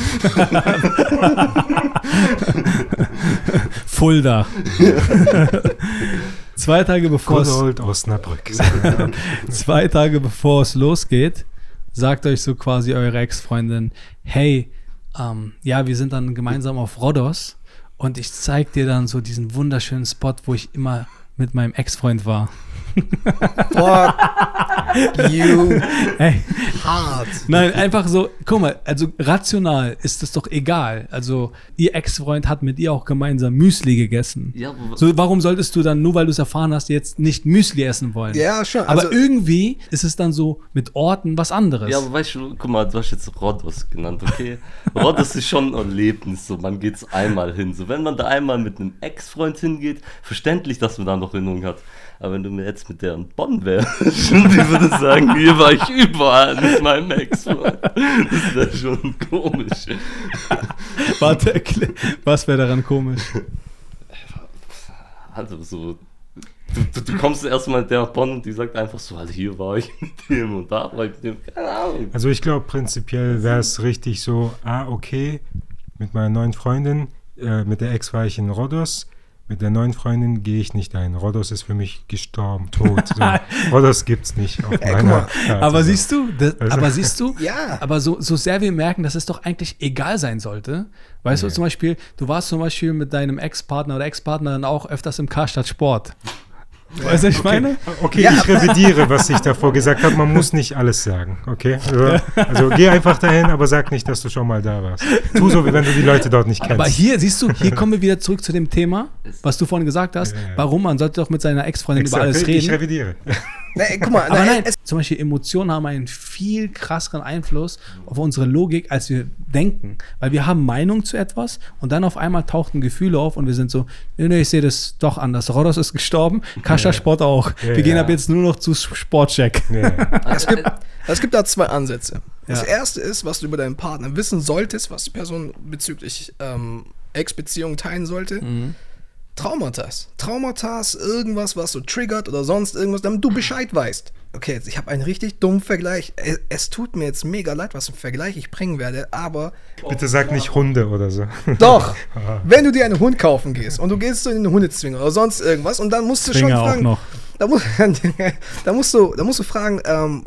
Fulda. Zwei Tage bevor es Good old Osnabrück. zwei Tage bevor es losgeht, sagt euch so quasi eure Ex-Freundin, hey, ähm, ja, wir sind dann gemeinsam auf Rhodos und ich zeig dir dann so diesen wunderschönen Spot, wo ich immer mit meinem Ex-Freund war. Fuck you. Hey. Hart. Nein, einfach so, guck mal, also rational ist es doch egal. Also ihr Ex-Freund hat mit ihr auch gemeinsam Müsli gegessen. Ja, aber- so, warum solltest du dann, nur weil du es erfahren hast, jetzt nicht Müsli essen wollen? Ja, schon. Aber Also, irgendwie ist es dann so mit Orten was anderes. Ja, aber weißt du, guck mal, du hast jetzt Rhodos genannt, okay? Rhodos ist schon ein Erlebnis, so man geht's einmal hin. So, wenn man da einmal mit einem Ex-Freund hingeht, verständlich, dass man da noch Erinnerung hat. Aber wenn du mir jetzt mit der in Bonn wärst, die würde sagen, hier war ich überall mit meinem Ex-Freund. Das wäre schon komisch. Warte, erklär- was wäre daran komisch? Also so, du, du, du kommst erstmal mit der nach Bonn und die sagt einfach so, also hier war ich mit dem und da war ich mit dem, keine Ahnung. Also ich glaube, prinzipiell wäre es richtig so, ah, okay, mit meiner neuen Freundin, äh, mit der Ex war ich in Rhodos, mit der neuen Freundin gehe ich nicht ein. Rhodos ist für mich gestorben, tot. So. Rhodos gibt's nicht auf guck meiner mal, Karte. Aber siehst du, das, Also- aber siehst du, Ja. aber so, so sehr wir merken, dass es doch eigentlich egal sein sollte. Weißt Nee. du, zum Beispiel, du warst zum Beispiel mit deinem Ex-Partner oder Ex-Partnerin auch öfters im Karstadt Sport. Weißt du, was ich meine? Okay, ich revidiere, was ich davor gesagt habe. Man muss nicht alles sagen, okay? Also, also geh einfach dahin, aber sag nicht, dass du schon mal da warst. Tu so, wie wenn du die Leute dort nicht kennst. Aber hier, siehst du, hier kommen wir wieder zurück zu dem Thema, was du vorhin gesagt hast. Ja, ja. Warum? Man sollte doch mit seiner Ex-Freundin über Exakt, alles ich reden. revidiere. nee, guck mal, Aber nein, nein, es, zum Beispiel Emotionen haben einen viel krasseren Einfluss auf unsere Logik, als wir denken. Weil wir haben Meinung zu etwas und dann auf einmal tauchten Gefühle auf und wir sind so, nee, nee, ich sehe das doch anders. Rhodos ist gestorben, Kascha Sport auch. Ja, wir gehen ja. ab jetzt nur noch zu Sportcheck. Nee. es, gibt, es gibt da zwei Ansätze. Das Ja. erste ist, was du über deinen Partner wissen solltest, was die Person bezüglich ähm, Ex-Beziehungen teilen sollte. Traumata. Traumata, irgendwas, was so triggert oder sonst irgendwas, damit du Bescheid weißt. Okay, jetzt, ich habe einen richtig dummen Vergleich. Es, es tut mir jetzt mega leid, was für einen Vergleich ich bringen werde, aber Bitte sag nicht Hunde oder so. doch, wenn du dir einen Hund kaufen gehst und du gehst so in den Hundezwinger oder sonst irgendwas und dann musst du schon Zwinger auch fragen, noch. Da, muss, da, musst du, da musst du fragen, ähm,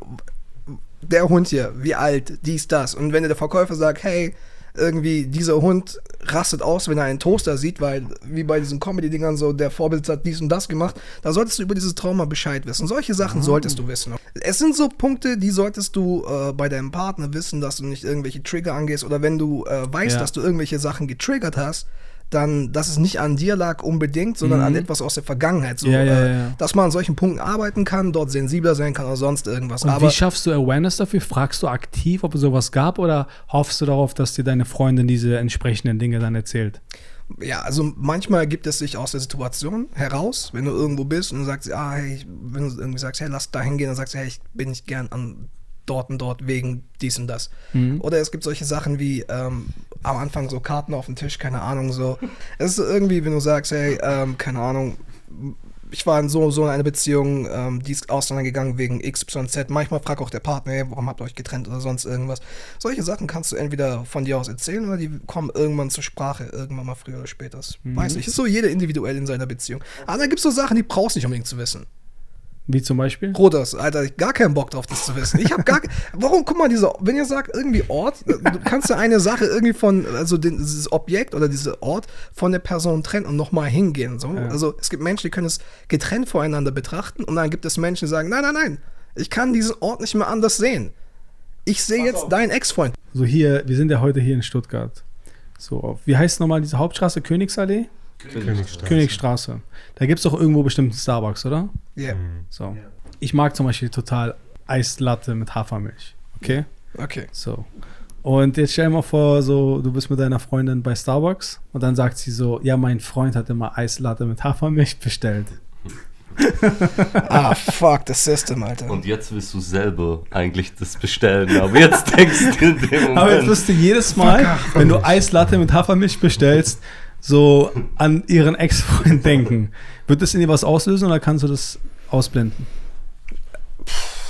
der Hund hier, wie alt, dies, das. Und wenn der Verkäufer sagt, hey, irgendwie dieser Hund rastet aus, wenn er einen Toaster sieht, weil wie bei diesen Comedy-Dingern so, der Vorbild hat dies und das gemacht, da solltest du über dieses Trauma Bescheid wissen. Solche Sachen solltest du wissen. Es sind so Punkte, die solltest du äh, bei deinem Partner wissen, dass du nicht irgendwelche Trigger angehst oder wenn du äh, weißt, Ja. dass du irgendwelche Sachen getriggert hast, dann, dass es nicht an dir lag unbedingt, sondern an etwas aus der Vergangenheit. So, Ja, ja, äh, ja. Dass man an solchen Punkten arbeiten kann, dort sensibler sein kann oder sonst irgendwas. Und Aber wie schaffst du Awareness dafür? Fragst du aktiv, ob es sowas gab oder hoffst du darauf, dass dir deine Freundin diese entsprechenden Dinge dann erzählt? ja, also manchmal gibt es sich aus der Situation heraus, wenn du irgendwo bist und du sagst, ah, hey, ich- wenn du irgendwie sagst, hey, lass da hingehen, dann sagst du, hey, ich bin nicht gern an dort und dort wegen dies und das. Oder es gibt solche Sachen wie ähm, am Anfang so Karten auf dem Tisch, keine Ahnung, so. Es ist so irgendwie, wenn du sagst, hey, ähm, keine Ahnung, ich war in so so einer Beziehung, ähm, die ist auseinandergegangen wegen X Y Z. Manchmal fragt auch der Partner, hey, warum habt ihr euch getrennt oder sonst irgendwas. Solche Sachen kannst du entweder von dir aus erzählen oder die kommen irgendwann zur Sprache, irgendwann mal früher oder später. Das weiß nicht. Ist so jeder individuell in seiner Beziehung. Aber dann gibt es so Sachen, die brauchst du nicht unbedingt zu wissen. Wie zum Beispiel? Rodos, Alter, ich hab gar keinen Bock drauf, das zu wissen. Ich hab gar ke- Warum, guck mal, diese, wenn ihr sagt, irgendwie Ort, du kannst ja eine Sache irgendwie von, also den, dieses Objekt oder dieser Ort von der Person trennen und nochmal hingehen. So. Ja. Also es gibt Menschen, die können es getrennt voreinander betrachten und dann gibt es Menschen, die sagen, nein, nein, nein, ich kann diesen Ort nicht mehr anders sehen. Ich sehe jetzt deinen Ex-Freund. So hier, wir sind ja heute hier in Stuttgart. So, auf, wie heißt nochmal diese Hauptstraße? Königsallee? Königstraße. Königstraße. Da gibt es doch irgendwo bestimmt einen Starbucks, oder? Ja, So. Ich mag zum Beispiel total Eislatte mit Hafermilch. Okay? okay. So. Und jetzt stell dir mal vor, so, du bist mit deiner Freundin bei Starbucks und dann sagt sie so, ja, mein Freund hat immer Eislatte mit Hafermilch bestellt. Ah, fuck, das System, Alter. Und jetzt willst du selber eigentlich das bestellen, aber jetzt denkst du in dem Moment. Aber jetzt wirst du jedes Mal, wenn du Eislatte mit Hafermilch bestellst, so an ihren Ex-Freund denken. Wird das in dir was auslösen oder kannst du das ausblenden?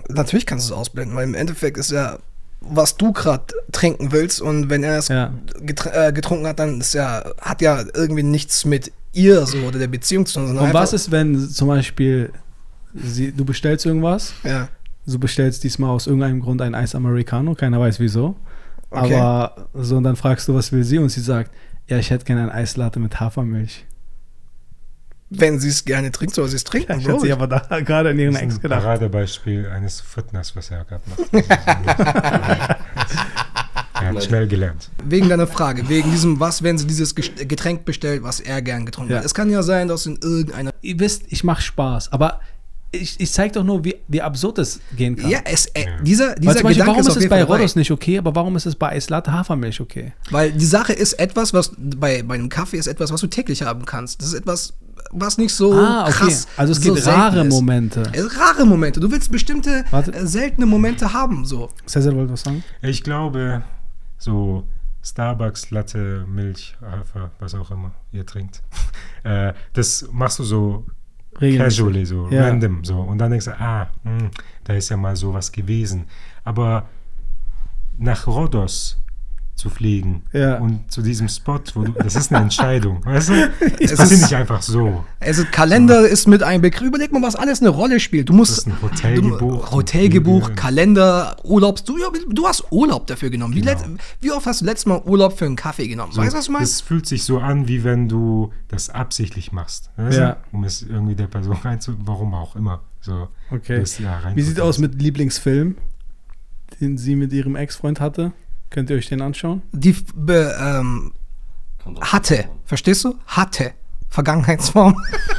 Natürlich kannst du es ausblenden, weil im Endeffekt ist ja, was du gerade trinken willst und wenn er es Ja. getr- äh, getrunken hat, dann ist ja, hat ja irgendwie nichts mit ihr so oder der Beziehung zu tun. sondern Und was einfach- ist, wenn zum Beispiel sie, du bestellst irgendwas, Ja, du bestellst diesmal aus irgendeinem Grund ein Eis Americano, keiner weiß wieso, Okay. aber so und dann fragst du, was will sie und sie sagt, ja, ich hätte gerne ein Eislatte mit Hafermilch. wenn sie es gerne trinkt, soll sie es trinken. Ich Bro. hätte sie aber da gerade an ihren Das ist Ex ein gedacht. Paradebeispiel eines Fitness, was er gerade macht. Er hat schnell gelernt. Wegen deiner Frage, wegen diesem, was, wenn sie dieses Ges- Getränk bestellt, was er gern getrunken Ja. hat. Es kann ja sein, dass in irgendeiner. Ihr wisst, ich mache Spaß, aber ich, ich zeige doch nur, wie, wie absurd es gehen kann. Ja, es, äh, Ja. dieser, Weil dieser zum Beispiel, Gedanke warum ist ist auf es jeden bei Fall dabei. Rodos nicht okay, aber warum ist es bei Eislatte Hafermilch okay? Weil die Sache ist etwas, was bei, bei einem Kaffee ist etwas, was du täglich haben kannst. Das ist etwas, was nicht so Ah, okay. krass. Also es so gibt selten rare ist. Momente. Es sind rare Momente. Du willst bestimmte Warte. äh, seltene Momente haben. So. Cesar wollte was sagen? Ich glaube, so Starbucks, Latte, Milch, Hafer, was auch immer ihr trinkt, äh, das machst du so Regelmäßig. casually, so Ja. random. So. Und dann denkst du, ah, mh, da ist ja mal sowas gewesen. Aber nach Rhodos zu fliegen Ja. und zu diesem Spot, wo du, das ist eine Entscheidung, weißt du? Es Das passiert ist- nicht einfach so. Also Kalender ist mit einem Begriff. Überleg mal, was alles eine Rolle spielt. Du musst Du hast ein Hotel du, gebucht. Hotel gebucht, Flüge. Kalender, Urlaubs. Du, ja, du hast Urlaub dafür genommen. Wie, Genau. let, wie oft hast du letztes Mal Urlaub für einen Kaffee genommen? So, weißt du, was ich meine? das fühlt sich so an, wie wenn du das absichtlich machst. Weißt Ja. du? Um es irgendwie der Person reinzu... Warum auch immer. So, Okay. das, ja, rein Wie sieht aus mit Lieblingsfilm, den sie mit ihrem Ex-Freund hatte? Könnt ihr euch den anschauen? Die be, ähm, Kommt auch hatte. davon. Verstehst du? Hatte. Vergangenheitsform.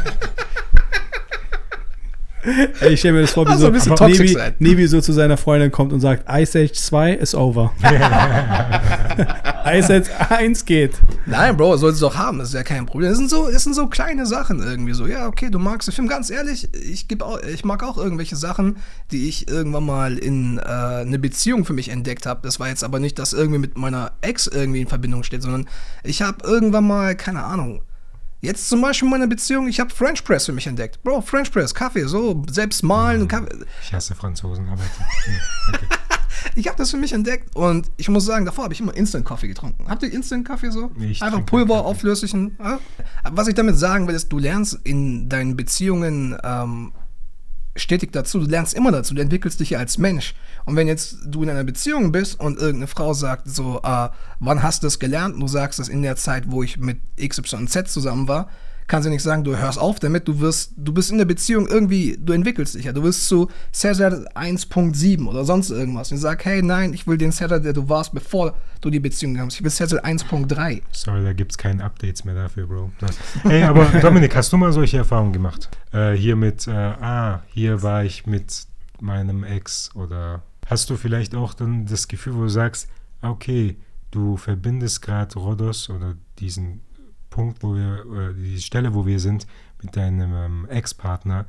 Ey, ich stelle mir das vor, wie Also so ein bisschen aber toxisch Nevi, sein. Nevi so zu seiner Freundin kommt und sagt, Ice Age zwei ist over. Ice Age eins geht. Nein, Bro, soll es doch haben, das ist ja kein Problem. Das sind so, das sind so kleine Sachen irgendwie so. Ja, okay, du magst den Film, ganz ehrlich, ich, geb auch, ich mag auch irgendwelche Sachen, die ich irgendwann mal in äh, eine Beziehung für mich entdeckt habe. Das war jetzt aber nicht, dass irgendwie mit meiner Ex irgendwie in Verbindung steht, sondern ich habe irgendwann mal, keine Ahnung, jetzt zum Beispiel in meiner Beziehung, ich habe French Press für mich entdeckt. Bro, French Press, Kaffee, so, selbst malen, Kaffee. Ich hasse Franzosen, aber ja, okay. Ich habe das für mich entdeckt und ich muss sagen, davor habe ich immer Instant Coffee getrunken. Habt ihr Instant Kaffee so? Nee, ich Einfach trinke Pulver Kaffee. auflöslichen. Ja? Was ich damit sagen will, ist, du lernst in deinen Beziehungen ähm, stetig dazu. Du lernst immer dazu. Du entwickelst dich ja als Mensch. Und wenn jetzt du in einer Beziehung bist und irgendeine Frau sagt so, äh, wann hast du das gelernt? Und du sagst das in der Zeit, wo ich mit X Y Z zusammen war, kann sie nicht sagen, du hörst auf damit, du wirst, du bist in der Beziehung irgendwie, du entwickelst dich ja, du wirst zu Cesar eins Punkt sieben oder sonst irgendwas und ich sag, hey, nein, ich will den Cesar, der du warst, bevor du die Beziehung kamst, ich will Cesar eins Punkt drei. Sorry, da gibt es keine Updates mehr dafür, Bro. Hey, aber Dominik, hast du mal solche Erfahrungen gemacht? Äh, hier mit, äh, ah, hier war ich mit meinem Ex oder hast du vielleicht auch dann das Gefühl, wo du sagst, okay, du verbindest gerade Rhodos oder diesen Punkt, wo wir, oder die Stelle, wo wir sind, mit deinem ähm, Ex-Partner,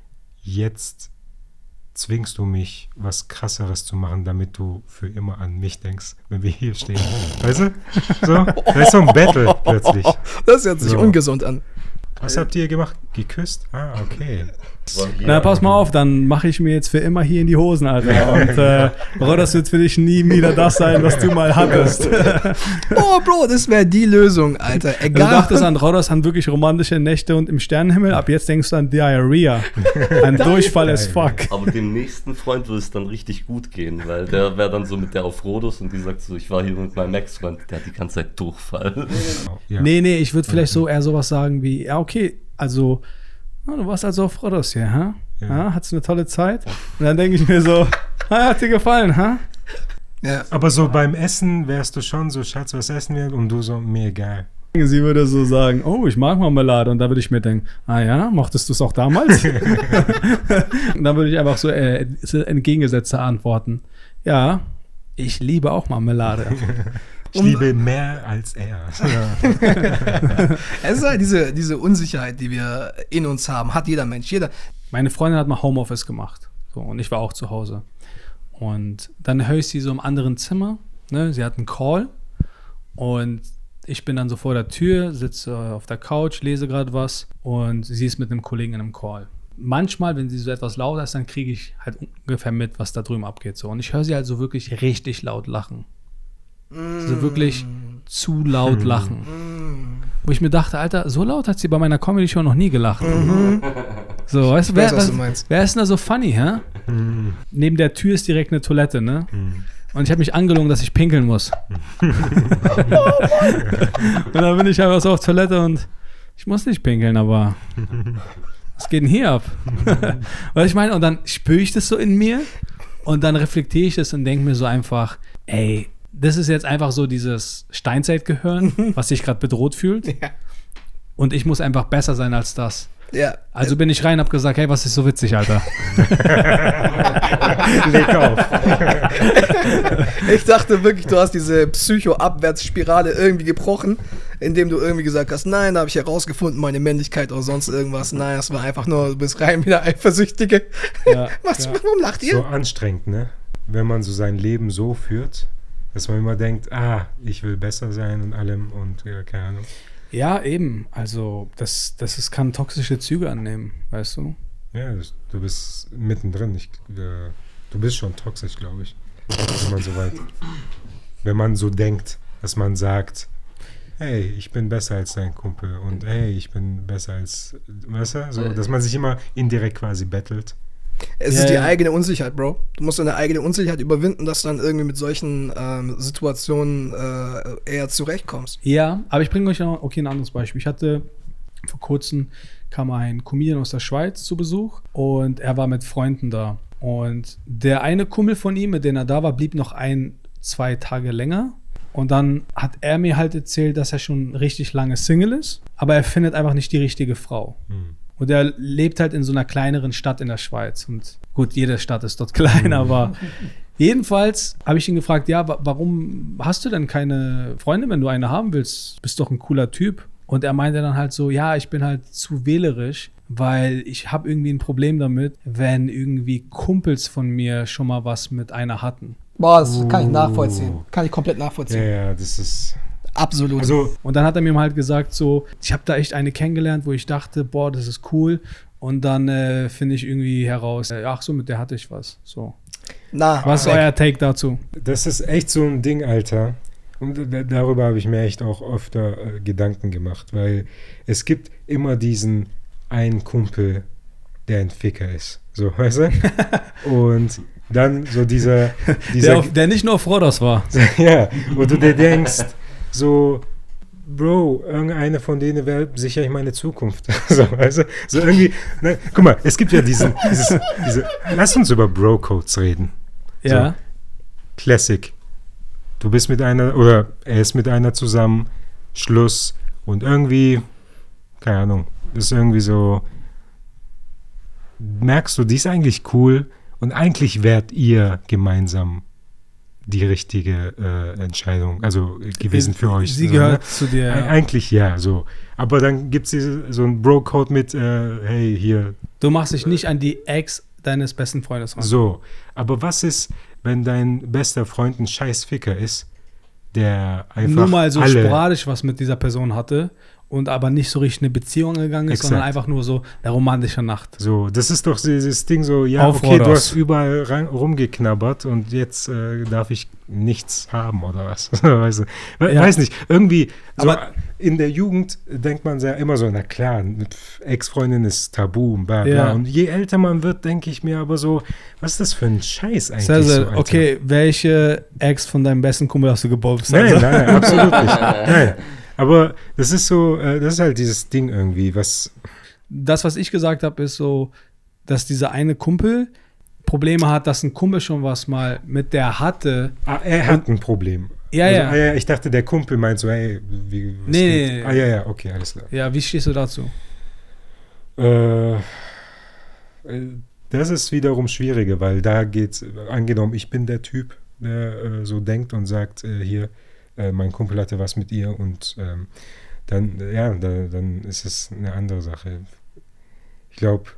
jetzt zwingst du mich, was Krasseres zu machen, damit du für immer an mich denkst, wenn wir hier stehen. Weißt du? So, da ist so ein Battle plötzlich. Das hört sich So. ungesund an. Was habt ihr gemacht? Geküsst? Ah, okay. Na, pass mal auf, dann mache ich mir jetzt für immer hier in die Hosen, Alter. Und äh, Rodos wird für dich nie wieder das sein, was du mal hattest. Oh, Bro, das wäre die Lösung, Alter. Du Egal. dachtest an Rodos, an wirklich romantische Nächte und im Sternenhimmel, ab jetzt denkst du an Diarrhea. Ein Durchfall as fuck. Aber dem nächsten Freund würde es dann richtig gut gehen, weil der wäre dann so mit der auf Rhodos und die sagt so, ich war hier mit meinem Ex-Freund, der hat die ganze Zeit Durchfall. Ja. Nee, nee, ich würde vielleicht so eher sowas sagen wie, ja, okay, also, na, du warst also auf Rodos hier, hä? Ja. Ja, hattest eine tolle Zeit? Und dann denke ich mir so, ah, hat dir gefallen, hä? Ja. Aber so beim Essen wärst du schon so, Schatz, was essen wir? Und du so, mir egal. Sie würde so sagen, oh, ich mag Marmelade. Und da würde ich mir denken, ah ja, mochtest du es auch damals? Und dann würde ich einfach so äh, entgegengesetzte antworten. Ja, ich liebe auch Marmelade. Ich liebe mehr als er. Es ist halt diese, diese Unsicherheit, die wir in uns haben, hat jeder Mensch. Jeder. Meine Freundin hat mal Homeoffice gemacht. So, und ich war auch zu Hause. Und dann höre ich sie so im anderen Zimmer. Ne? Sie hat einen Call. Und ich bin dann so vor der Tür, sitze auf der Couch, lese gerade was. Und sie ist mit einem Kollegen in einem Call. manchmal, wenn sie so etwas lauter ist, dann kriege ich halt ungefähr mit, was da drüben abgeht. So. Und ich höre sie halt so wirklich richtig laut lachen. Mm. So wirklich zu laut Mm. lachen. Mm. Wo ich mir dachte, Alter, so laut hat sie bei meiner Comedy-Show noch nie gelacht. Mhm. So, weißt du, Ich weiß, wer, was was, du meinst. wer ist denn da so funny, hä? Hm, Neben der Tür ist direkt eine Toilette, ne? hm. Und ich habe mich angelogen, dass ich pinkeln muss. Und dann bin ich einfach so auf Toilette und ich muss nicht pinkeln, aber was geht denn hier ab? Weil ich meine, und dann spüre ich das so in mir und dann reflektiere ich das und denke mir so einfach, ey, das ist jetzt einfach so dieses Steinzeitgehirn, was sich gerade bedroht fühlt. Ja. Und ich muss einfach besser sein als das. Ja. Also bin ich rein und hab gesagt, hey, was ist so witzig, Alter? Leg auf. Ich dachte wirklich, du hast diese Psycho-Abwärtsspirale irgendwie gebrochen, indem du irgendwie gesagt hast, nein, da habe ich herausgefunden, meine Männlichkeit oder sonst irgendwas. Nein, das war einfach nur, du bist rein wieder Eifersüchtige. Ja, Was, ja. warum lacht ihr? So anstrengend, ne? Wenn man so sein Leben so führt, dass man immer denkt, ah, ich will besser sein und allem und ja, keine Ahnung. Ja, eben. Also, das, das ist, kann toxische Züge annehmen, weißt du? Ja, das, du bist mittendrin. Ich, äh, du bist schon toxisch, glaube ich. Wenn man so weit, wenn man so denkt, dass man sagt, hey, ich bin besser als dein Kumpel und hey, ich bin besser als, weißt du, so, dass man sich immer indirekt quasi battelt. Es Ja, ist die ja. eigene Unsicherheit, Bro. Du musst deine eigene Unsicherheit überwinden, dass du dann irgendwie mit solchen ähm, Situationen äh, eher zurechtkommst. Ja, aber ich bringe euch noch, okay, ein anderes Beispiel. Ich hatte vor kurzem, kam ein Comedian aus der Schweiz zu Besuch und er war mit Freunden da. Und der eine Kumpel von ihm, mit dem er da war, blieb noch ein, zwei Tage länger. Und dann hat er mir halt erzählt, dass er schon richtig lange Single ist, aber er findet einfach nicht die richtige Frau. Hm. Und er lebt halt in so einer kleineren Stadt in der Schweiz. Und gut, jede Stadt ist dort klein, aber jedenfalls habe ich ihn gefragt, ja, wa- warum hast du denn keine Freundin, wenn du eine haben willst? Bist doch ein cooler Typ. Und er meinte dann halt so, ja, ich bin halt zu wählerisch, weil ich habe irgendwie ein Problem damit, wenn irgendwie Kumpels von mir schon mal was mit einer hatten. Boah, das kann ich Oh. nachvollziehen. Kann ich komplett Ja, nachvollziehen. ja, das ist, Absolut. also, Und dann hat er mir halt gesagt so, ich habe da echt eine kennengelernt, wo ich dachte, boah, das ist cool. Und dann äh, finde ich irgendwie heraus, äh, ach so, mit der hatte ich was. So. Na, Was ist weg. euer Take dazu? das ist echt so ein Ding, Alter. Und da- darüber habe ich mir echt auch öfter äh, Gedanken gemacht, weil es gibt immer diesen einen Kumpel, der ein Ficker ist. So, weißt du? Und dann so dieser, dieser Der, auf, der nicht nur auf Rhodos war. ja, wo du dir denkst, so, Bro, irgendeine von denen wäre sicher ich meine Zukunft. So, weißt du? So irgendwie, ne, guck mal, es gibt ja diesen, dieses, diese, lass uns über Bro-Codes reden. Ja. Classic. Du bist mit einer, oder er ist mit einer zusammen, Schluss und irgendwie, keine Ahnung, ist irgendwie so, merkst du, die ist eigentlich cool und eigentlich wärt ihr gemeinsam die richtige äh, Entscheidung, also äh, gewesen für euch. Sie so, gehört ne? zu dir. Eig- Ja. Eigentlich ja, so. Aber dann gibt es so einen Bro-Code mit, äh, hey, hier, Du machst dich nicht an die Ex deines besten Freundes ran. so. Aber was ist, wenn dein bester Freund ein scheiß Ficker ist, der einfach Nur mal so alle, sporadisch was mit dieser Person hatte und aber nicht so richtig eine Beziehung gegangen ist, Exakt. sondern einfach nur so eine romantische Nacht. so, das ist doch dieses Ding so, ja, Auf okay, du Rhodos. hast überall ran, rumgeknabbert und jetzt äh, darf ich nichts haben oder was. Weißt du? We Ja. Weiß nicht, irgendwie, so Aber- in der Jugend denkt man ja immer so, na klar, mit Ex-Freundin ist tabu und bla bla. Ja. Und je älter man wird, denke ich mir aber so, was ist das für ein Scheiß eigentlich? Sehr, so, sehr, Alter? okay, welche Ex von deinem besten Kumpel hast du gebobst? Nein, Also, nein, absolut nicht. Nein. Aber das ist so, äh, das ist halt dieses Ding irgendwie, was, das, was ich gesagt habe, ist so, dass dieser eine Kumpel Probleme hat, dass ein Kumpel schon was mal mit der hatte. ah, er hat ein Problem. Ja, also, ja. Ah, ja. Ich dachte, der Kumpel meint so, hey, wie, was Nee, geht? nee, nee. Ah, ja, ja, okay, alles klar. Ja, wie stehst du dazu? Äh, äh, das ist wiederum schwieriger, weil da geht's, angenommen, ich bin der Typ, der äh, so denkt und sagt, äh, hier, äh, mein Kumpel hatte was mit ihr und ähm, dann, äh, ja, da, dann ist es eine andere Sache. Ich glaube,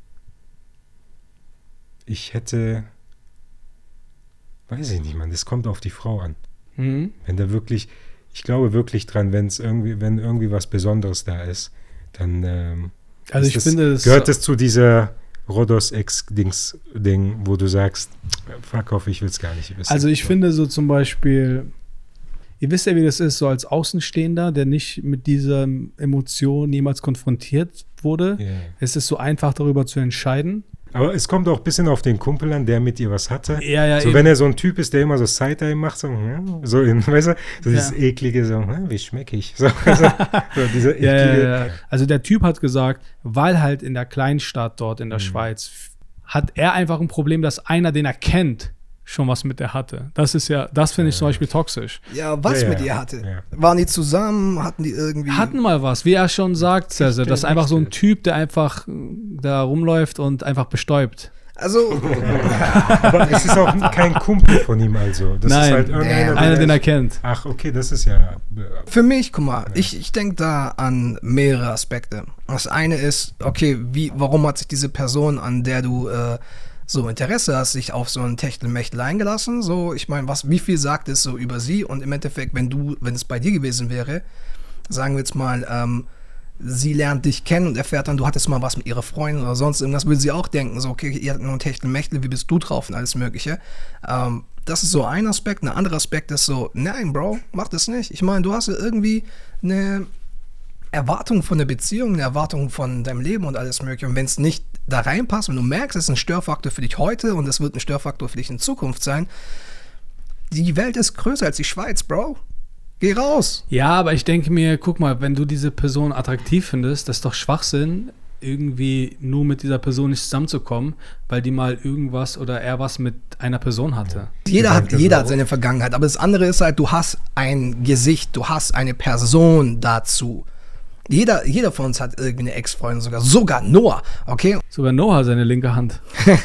ich hätte, weiß ich nicht, man, das kommt auf die Frau an. Mhm. Wenn da wirklich, ich glaube wirklich dran, wenn es irgendwie, wenn irgendwie was Besonderes da ist, dann, ähm, Also ich das, finde, das gehört es zu dieser Rhodos-Ex-Dings-Ding, wo du sagst, fuck off, ich will es gar nicht wissen. Also ich finde so zum Beispiel, ihr wisst ja, wie das ist, so als Außenstehender, der nicht mit dieser Emotion jemals konfrontiert wurde. Yeah. Es ist so einfach, darüber zu entscheiden. Aber es kommt auch ein bisschen auf den Kumpel an, der mit dir was hatte. Ja, ja, so, eben. wenn er so ein Typ ist, der immer so Side-Eye macht, so, hm, so in, weißt du, so dieses Ja. eklige, so, hm, wie schmecke ich? So, so, so dieser Ja, eklige. ja, ja. Also der Typ hat gesagt, weil halt in der Kleinstadt dort in der Mhm. Schweiz, hat er einfach ein Problem, dass einer, den er kennt, schon was mit der hatte. Das ist ja, das finde ich zum Beispiel toxisch. Ja, was Ja, ja, mit ihr hatte. ja. Waren die zusammen? Hatten die irgendwie. Hatten mal was, wie er schon sagt, Cesar, das ist einfach so ein Echte. Typ, der einfach äh, da rumläuft und einfach bestäubt. Also, Aber es ist auch kein Kumpel von ihm also. Das Nein, ist halt irgendeiner, Damn. der Einer, den er ist- kennt. Ach, okay, das ist ja. äh, für mich, guck mal, ich, ich denke da an mehrere Aspekte. Das eine ist, okay, wie, warum hat sich diese Person, an der du äh, so Interesse hast, sich auf so ein Techtelmechtel eingelassen? So, ich meine, was, wie viel sagt es so über sie? Und im Endeffekt, wenn du, wenn es bei dir gewesen wäre, sagen wir jetzt mal, ähm, sie lernt dich kennen und erfährt dann, du hattest mal was mit ihrer Freundin oder sonst irgendwas, würde sie auch denken, so, okay, ihr hattet nur ein Techtelmechtel, wie bist du drauf und alles Mögliche. Ähm, das ist so ein Aspekt. Ein anderer Aspekt ist so, nein, Bro, mach das nicht. Ich meine, du hast ja irgendwie eine Erwartung von der Beziehung, eine Erwartung von deinem Leben und alles Mögliche. Und wenn es nicht da reinpasst, wenn du merkst, es ist ein Störfaktor für dich heute und es wird ein Störfaktor für dich in Zukunft sein, die Welt ist größer als die Schweiz, Bro. Geh raus. Ja, aber ich denke mir, guck mal, wenn du diese Person attraktiv findest, das ist doch Schwachsinn, irgendwie nur mit dieser Person nicht zusammenzukommen, weil die mal irgendwas oder er was mit einer Person hatte. Jeder hat, Gedanke jeder so. hat seine Vergangenheit, aber das andere ist halt, du hast ein Gesicht, du hast eine Person dazu. Jeder, jeder von uns hat irgendwie eine Ex-Freundin, sogar, sogar Noah, okay? Sogar Noah seine linke Hand.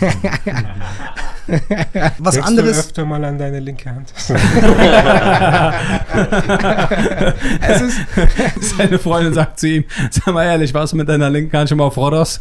Was Denkst anderes, du öfter mal an deine linke Hand? es ist, Seine Freundin sagt zu ihm, sag mal ehrlich, warst du mit deiner linken Hand schon mal auf Rhodos?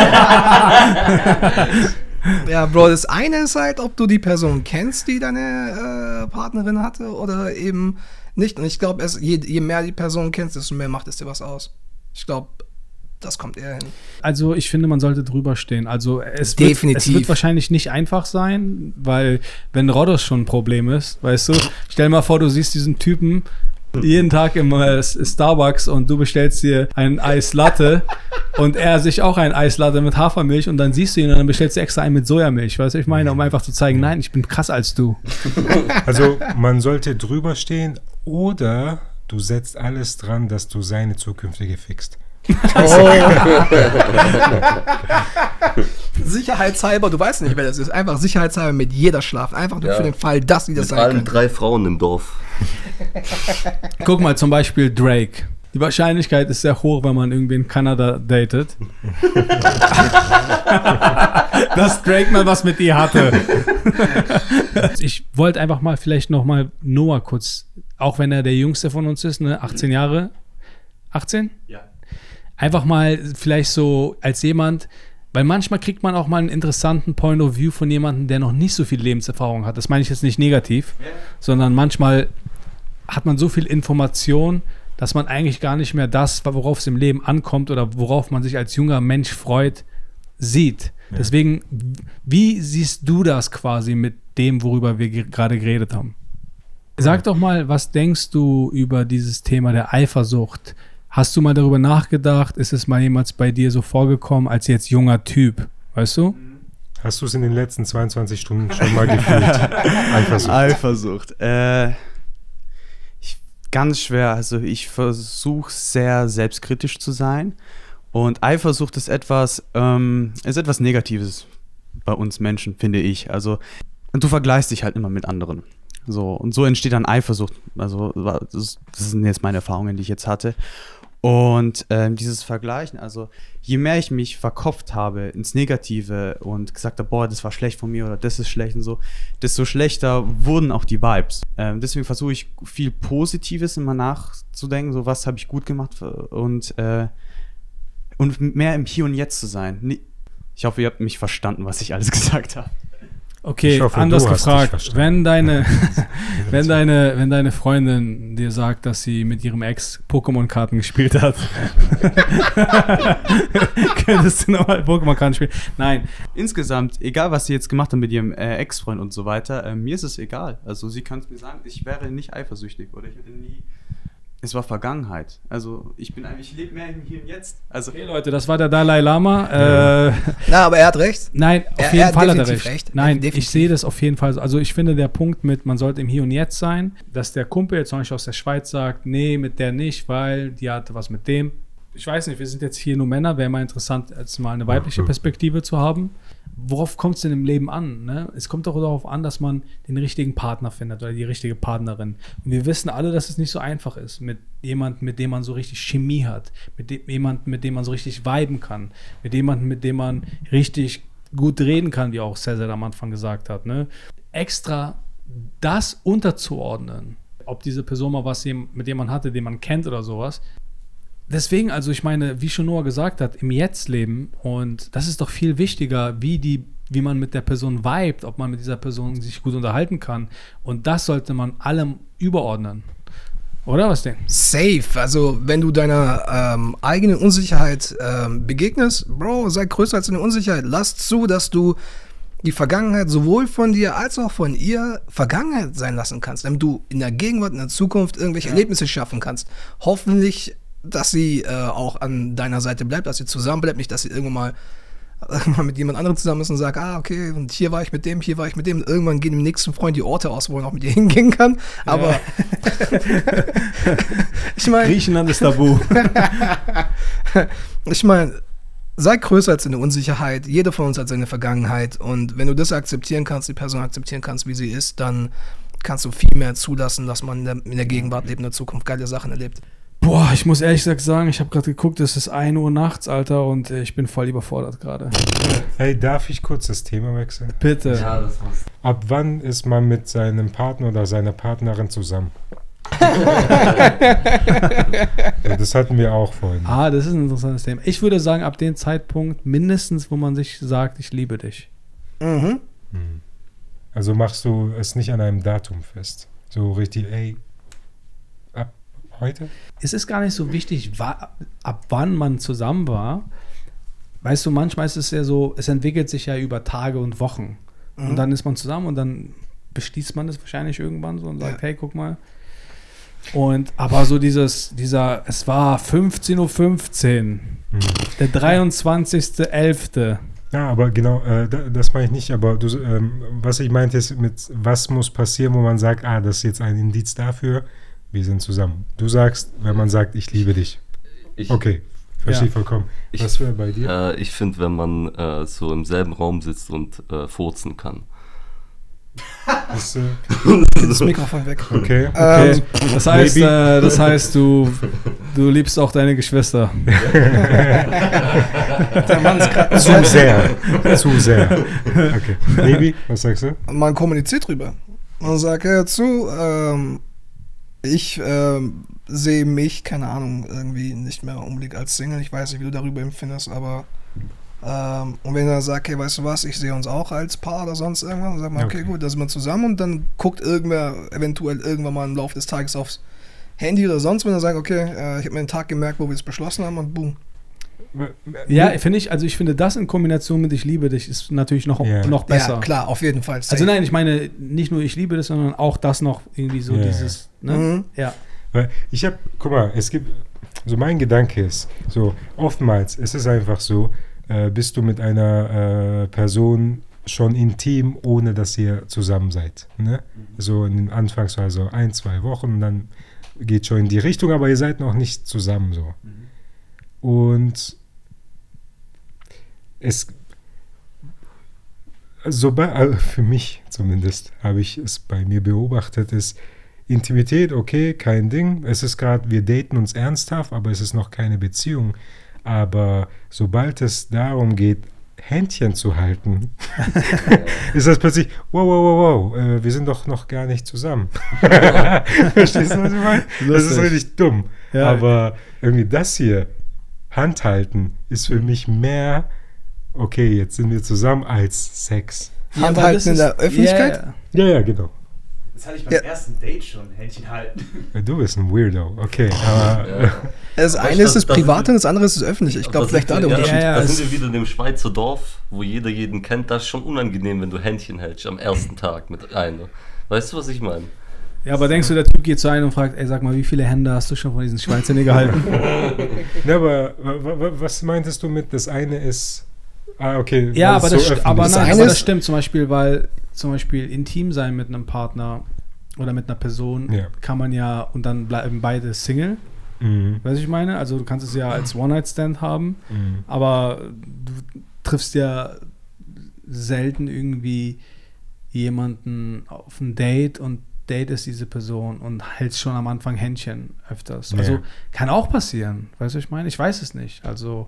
ja, Bro, das eine ist halt, ob du die Person kennst, die deine äh, Partnerin hatte oder eben nicht. Und ich glaube, je, je mehr die Person kennst, desto mehr macht es dir was aus. Ich glaube, das kommt eher hin. Also ich finde, man sollte drüber stehen. Also es wird, Definitiv. es wird wahrscheinlich nicht einfach sein, weil wenn Rhodos schon ein Problem ist, weißt du, stell mal vor, du siehst diesen Typen jeden Tag im äh, Starbucks und du bestellst dir einen Eislatte und er sich auch einen Eislatte mit Hafermilch und dann siehst du ihn und dann bestellst du extra einen mit Sojamilch, weißt du, ich meine, um einfach zu zeigen, nein, ich bin krasser als du. Also man sollte drüber stehen oder du setzt alles dran, dass du seine zukünftige fixt. Sicherheitshalber, du weißt nicht, wer das ist. Einfach sicherheitshalber mit jeder schlafen. Einfach nur Ja. für den Fall, dass sie das Mit sein allen könnte. drei Frauen im Dorf. Guck mal, zum Beispiel Drake. Die Wahrscheinlichkeit ist sehr hoch, wenn man irgendwie in Kanada datet. Dass Drake mal was mit ihr hatte. Ich wollte einfach mal vielleicht noch mal Noah kurz, auch wenn er der Jüngste von uns ist, ne, achtzehn Jahre. achtzehn? Ja. Einfach mal vielleicht so als jemand, weil manchmal kriegt man auch mal einen interessanten Point of View von jemandem, der noch nicht so viel Lebenserfahrung hat. Das meine ich jetzt nicht negativ, sondern manchmal hat man so viel Information, dass man eigentlich gar nicht mehr das, worauf es im Leben ankommt oder worauf man sich als junger Mensch freut, sieht. Ja. Deswegen, wie siehst du das quasi mit dem, worüber wir ge- gerade geredet haben? Sag doch mal, was denkst du über dieses Thema der Eifersucht? Hast du mal darüber nachgedacht? Ist es mal jemals bei dir so vorgekommen als jetzt junger Typ? Weißt du? Hast du es in den letzten zweiundzwanzig Stunden schon mal gefühlt? Eifersucht. Eifersucht. Äh, ich, ganz schwer. Also ich versuche sehr selbstkritisch zu sein. Und Eifersucht ist etwas, ähm, ist etwas Negatives bei uns Menschen, finde ich. Also du vergleichst dich halt immer mit anderen. So, und so entsteht dann Eifersucht. Also das, das sind jetzt meine Erfahrungen, die ich jetzt hatte. Und ähm, dieses Vergleichen, also je mehr ich mich verkopft habe ins Negative und gesagt habe, boah, das war schlecht von mir oder das ist schlecht und so, desto schlechter wurden auch die Vibes. Ähm, deswegen versuche ich viel Positives immer nachzudenken, so was habe ich gut gemacht und, äh, und mehr im Hier und Jetzt zu sein. Ich hoffe, ihr habt mich verstanden, was ich alles gesagt habe. Okay, Ich hoffe, anders du hast dich gefragt, verstanden. wenn deine, wenn, deine, wenn deine Freundin dir sagt, dass sie mit ihrem Ex Pokémon-Karten gespielt hat, könntest du nochmal Pokémon-Karten spielen? Nein. Insgesamt, egal was sie jetzt gemacht hat mit ihrem äh, Ex-Freund und so weiter, äh, mir ist es egal. Also sie kann es mir sagen, ich wäre nicht eifersüchtig oder ich hätte nie... Es war Vergangenheit. Also ich bin eigentlich, ich lebe mehr im Hier und Jetzt. Also Okay, Leute, das war der Dalai Lama. Äh, Na, aber er hat recht. nein, auf Er- jeden er hat Fall hat er definitiv recht. recht. Nein, Definitiv. ich sehe das auf jeden Fall so. Also ich finde der Punkt mit, man sollte im Hier und Jetzt sein, dass der Kumpel jetzt zum Beispiel aus der Schweiz sagt, nee, mit der nicht, weil die hatte was mit dem. Ich weiß nicht, wir sind jetzt hier nur Männer, wäre mal interessant, jetzt mal eine weibliche Perspektive zu haben. Worauf kommt es denn im Leben an? Ne? Es kommt doch darauf an, dass man den richtigen Partner findet oder die richtige Partnerin. Und wir wissen alle, dass es nicht so einfach ist, mit jemandem, mit dem man so richtig Chemie hat, mit dem, jemandem, mit dem man so richtig viben kann, mit jemandem, mit dem man richtig gut reden kann, wie auch Cesar am Anfang gesagt hat. Ne? Extra das unterzuordnen, ob diese Person mal was mit dem man hatte, den man kennt oder sowas. Deswegen, also ich meine, wie schon Noah gesagt hat, im Jetzt leben, und das ist doch viel wichtiger, wie die, wie man mit der Person vibet, ob man mit dieser Person sich gut unterhalten kann, und das sollte man allem überordnen. Oder was denn? Safe. Also, wenn du deiner ähm, eigenen Unsicherheit ähm, begegnest, Bro, sei größer als deine Unsicherheit. Lass zu, dass du die Vergangenheit sowohl von dir als auch von ihr Vergangenheit sein lassen kannst, damit du in der Gegenwart, in der Zukunft irgendwelche Ja. Erlebnisse schaffen kannst. Hoffentlich, dass sie äh, auch an deiner Seite bleibt, dass sie zusammen bleibt, nicht, dass sie irgendwann mal, irgendwann mal mit jemand anderem zusammen ist und sagt, ah, okay, und hier war ich mit dem, hier war ich mit dem. Irgendwann gehen dem nächsten Freund die Orte aus, wo er noch mit dir hingehen kann. Aber Ja. ich meine, Griechenland ist tabu. ich meine, sei größer als deine Unsicherheit. Jeder von uns hat seine Vergangenheit. Und wenn du das akzeptieren kannst, die Person akzeptieren kannst, wie sie ist, dann kannst du viel mehr zulassen, dass man in der, in der Gegenwart lebt, in der Zukunft geile Sachen erlebt. Boah, ich muss ehrlich gesagt sagen, ich habe gerade geguckt, es ist ein Uhr nachts, Alter, und äh, ich bin voll überfordert gerade. Hey, darf ich kurz das Thema wechseln? Bitte. Ja, das war's. Ab wann ist man mit seinem Partner oder seiner Partnerin zusammen? Ja, das hatten wir auch vorhin. Ah, das ist ein interessantes Thema. Ich würde sagen, ab dem Zeitpunkt mindestens, wo man sich sagt, ich liebe dich. Mhm. Hm. Also machst du es nicht an einem Datum fest? So richtig, ey, ab heute? Es ist gar nicht so wichtig, wa- ab wann man zusammen war. Weißt du, manchmal ist es ja so, es entwickelt sich ja über Tage und Wochen. Mhm. Und dann ist man zusammen und dann beschließt man das wahrscheinlich irgendwann so und sagt, Ja. hey, guck mal. Und aber so dieses, dieser, es war fünfzehn Uhr fünfzehn, Hm. der dreiundzwanzigster elfter Ja, aber genau, äh, da, das meine ich nicht, aber du, ähm, was ich meinte ist, mit was muss passieren, wo man sagt, ah, das ist jetzt ein Indiz dafür, wir sind zusammen. Du sagst, wenn man sagt, ich liebe dich. Ich, Okay, verstehe Ja. vollkommen. Ich- Was wäre bei dir? äh, ich finde, wenn man äh, so im selben Raum sitzt und äh, furzen kann. Ist, äh, Das Mikrofon weg. okay. Okay, Ähm, das heißt, maybe. äh, das heißt, du, du liebst auch deine Geschwister. Der Mann ist gerade Zu sehr. Zu sehr. Okay. Nebi, was sagst du? Man kommuniziert drüber. Man sagt, hör zu, ähm, ich ähm, sehe mich, keine Ahnung, irgendwie nicht mehr unbedingt als Single. Ich weiß nicht, wie du darüber empfindest, aber ähm, und wenn er sagt, hey, weißt du was, ich sehe uns auch als Paar oder sonst irgendwas, dann sagt man, okay, Okay. gut, da sind wir zusammen und dann guckt irgendwer eventuell irgendwann mal im Laufe des Tages aufs Handy oder sonst, wenn er sagt, okay, äh, ich habe mir den Tag gemerkt, wo wir es beschlossen haben und boom. Ja, finde ich, also ich finde das in Kombination mit ich liebe dich ist natürlich noch, Ja. noch besser. Ja, klar, auf jeden Fall. Also nein, ich meine nicht nur ich liebe dich, sondern auch das noch irgendwie so Ja. dieses, ne? Mhm. Ja. Weil ich habe, guck mal, es gibt, so mein Gedanke ist, so oftmals ist es einfach so, äh, bist du mit einer äh, Person schon intim, ohne dass ihr zusammen seid. Ne? So in den Anfangsphase, so ein, zwei Wochen, dann geht schon in die Richtung, aber ihr seid noch nicht zusammen so. Und es, sobald, also für mich zumindest, habe ich es bei mir beobachtet, ist Intimität, okay, kein Ding. Es ist gerade, wir daten uns ernsthaft, aber es ist noch keine Beziehung. Aber sobald es darum geht, Händchen zu halten, ist das plötzlich, wow, wow, wow, wow, äh, wir sind doch noch gar nicht zusammen. Verstehst du, was ich meine? Das ist Lustig. richtig dumm. Ja. Aber irgendwie das hier, Handhalten, ist für mich mehr, okay, jetzt sind wir zusammen, als Sex. Ja, aber Handhalten das in ist- der Öffentlichkeit? Ja, Ja, ja, genau. Das hatte ich beim Ja. ersten Date schon, Händchen halten. Du bist ein Weirdo, okay. Aber Ja. Das Aber eine ich ist das glaub, das Private ist- und das andere ist das Öffentliche. Ich glaube, Da vielleicht da sind der wir- Unterschied. Ja, ja, Da es- sind wir wieder in dem Schweizer Dorf, wo jeder jeden kennt. Das ist schon unangenehm, wenn du Händchen hältst am ersten Tag mit einer. Weißt du, was ich meine? Ja, aber denkst du, der Typ geht zu einem und fragt, ey, sag mal, wie viele Hände hast du schon von diesen Schweizern gehalten? Ne, aber wa- wa- was meintest du mit, das eine ist. Ah, okay. Ja, weil aber es das, so st- öffentlich aber ist. Das nein, eine aber das ist- stimmt zum Beispiel, weil zum Beispiel intim sein mit einem Partner oder mit einer Person Ja. kann man ja und dann bleiben beide Single. Mhm. Weißt du, ich meine? Also du kannst es ja als One-Night-Stand haben, Mhm. aber du triffst ja selten irgendwie jemanden auf ein Date und Date ist diese Person und hältst schon am Anfang Händchen öfters. Ja. Also kann auch passieren. Weißt du, was ich meine? Ich weiß es nicht. Also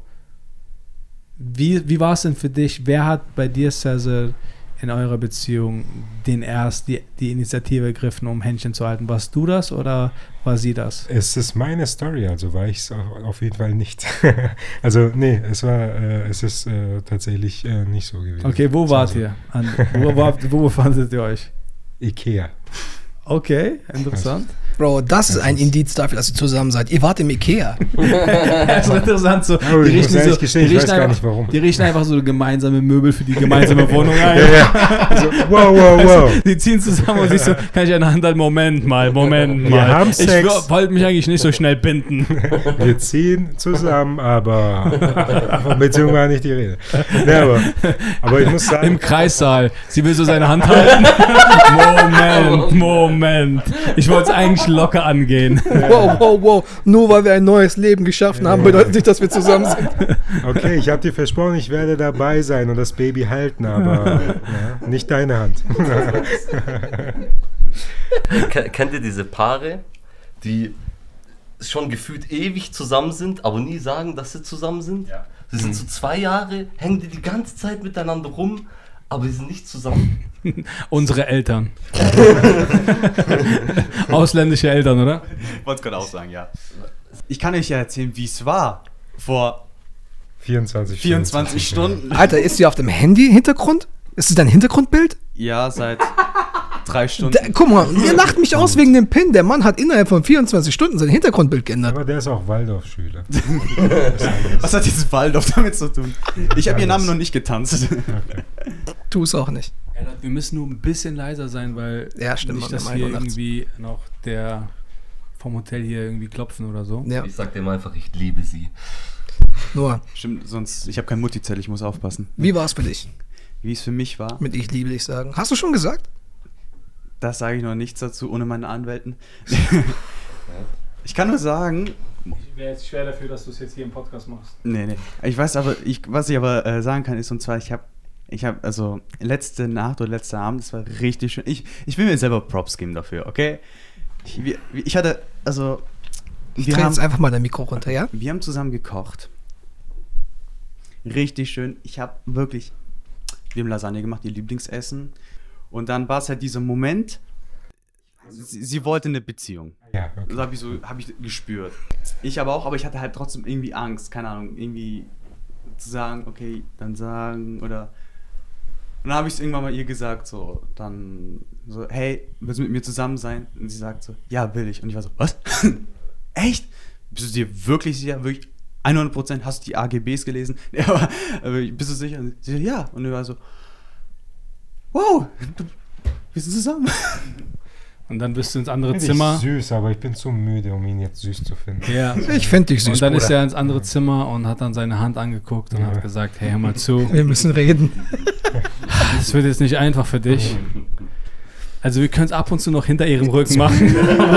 wie, wie war es denn für dich? Wer hat bei dir, Cesar, in eurer Beziehung den erst die, die Initiative ergriffen, um Händchen zu halten? Warst du das oder war sie das? Es ist meine Story, also war ich es auf jeden Fall nicht. Also, nee, es war, äh, es ist äh, tatsächlich äh, nicht so gewesen. Okay, wo wart Also, ihr? An, wo, wo, wo befandet ihr euch? Ikea. Okay, interessant. Bro, das ist ein Indiz dafür, dass ihr zusammen seid. Ihr wart im Ikea. Das ist interessant so. Aber ich muss ehrlich gestehen, ich weiß gar einfach, nicht, warum. Die richten einfach so gemeinsame Möbel für die gemeinsame Wohnung ein. Ja, ja. Also, wow, wow, wow. Die ziehen zusammen und sich so, kann ich eine Hand halten? Moment mal, Moment Wir mal. haben ich Sex. w- wollte mich eigentlich nicht so schnell binden. Wir ziehen zusammen, aber von Beziehung war nicht die Rede. Ja, aber, aber ich muss sagen, Im Kreissaal. Sie will so seine Hand halten. Moment, Moment. Ich wollte es eigentlich locker angehen. Wow, wow, wow. Nur weil wir ein neues Leben geschaffen haben, bedeutet nicht, dass wir zusammen sind. okay, ich habe dir versprochen, ich werde dabei sein und das Baby halten, aber ja, nicht deine Hand. Ke- Kennt ihr diese Paare, die schon gefühlt ewig zusammen sind, aber nie sagen, dass sie zusammen sind? Ja. Sie sind so zwei Jahre, hängen die die ganze Zeit miteinander rum, aber sie sind nicht zusammen. Unsere Eltern. Ausländische Eltern, oder? Wollte es gerade auch sagen, ja. Ich kann euch ja erzählen, wie es war vor vierundzwanzig, vierundzwanzig Stunden. Alter, ist sie auf dem Handy-Hintergrund? Ist es dein Hintergrundbild? Ja, seit drei Stunden. Da, guck mal, ihr lacht mich aus wegen dem Pin. Der Mann hat innerhalb von vierundzwanzig Stunden sein Hintergrundbild geändert. Aber der ist auch Waldorfschüler. Was hat dieses Waldorf damit zu tun? Ich habe ihren Namen noch nicht getanzt. Tu es auch nicht. Ja, Leute, wir müssen nur ein bisschen leiser sein, weil Ja, stimmt, nicht, Mann, dass um ein hier Uhr nachts. irgendwie noch der vom Hotel hier irgendwie klopfen oder so. Ja, Ich sag dem einfach, ich liebe sie. nur. Stimmt, sonst, ich habe kein Multizell, ich muss aufpassen. Wie war es für dich? Wie es für mich war, Mit ich liebe dich sagen. Hast du schon gesagt? das sage ich noch nichts dazu, ohne meine Anwälten. Ich kann nur sagen, Ich wäre jetzt schwer dafür, dass du es jetzt hier im Podcast machst. nee, nee. Ich weiß aber, ich, was ich aber äh, sagen kann, ist, und zwar, ich habe, ich habe, also, letzte Nacht oder letzter Abend, das war richtig schön. Ich, ich will mir selber Props geben dafür, okay? Ich, wir- ich hatte, also, Ich wir drehe haben, jetzt einfach mal dein Mikro runter, ja? wir haben zusammen gekocht. Richtig schön. Ich habe wirklich, wir haben Lasagne gemacht, ihr Lieblingsessen. Und dann war es halt dieser Moment, sie, sie wollte eine Beziehung. Ja, okay. Das habe ich so, habe ich gespürt. Ich aber auch, aber ich hatte halt trotzdem irgendwie Angst, keine Ahnung, irgendwie zu sagen, okay, dann sagen oder. Und dann habe ich es irgendwann mal ihr gesagt, so, dann so, hey, willst du mit mir zusammen sein? Und sie sagt so, ja, will ich. Und ich war so, was? Echt? Bist du dir wirklich sicher? Wirklich hundert Prozent hast du die A G Bs gelesen? Ja, aber, aber bist du sicher? Und sie so, ja. Und ich war so, wow, du, wir sind zusammen. Und dann bist du ins andere Finde Zimmer. ich süß, aber ich bin zu müde, um ihn jetzt süß zu finden. Ja. Ich finde dich süß, Und dann ist Bruder. er ins andere Zimmer und hat dann seine Hand angeguckt und Ja. hat gesagt, hey, hör mal zu, Wir müssen reden. das wird jetzt nicht einfach für dich. Also wir können es ab und zu noch hinter ihrem Rücken machen.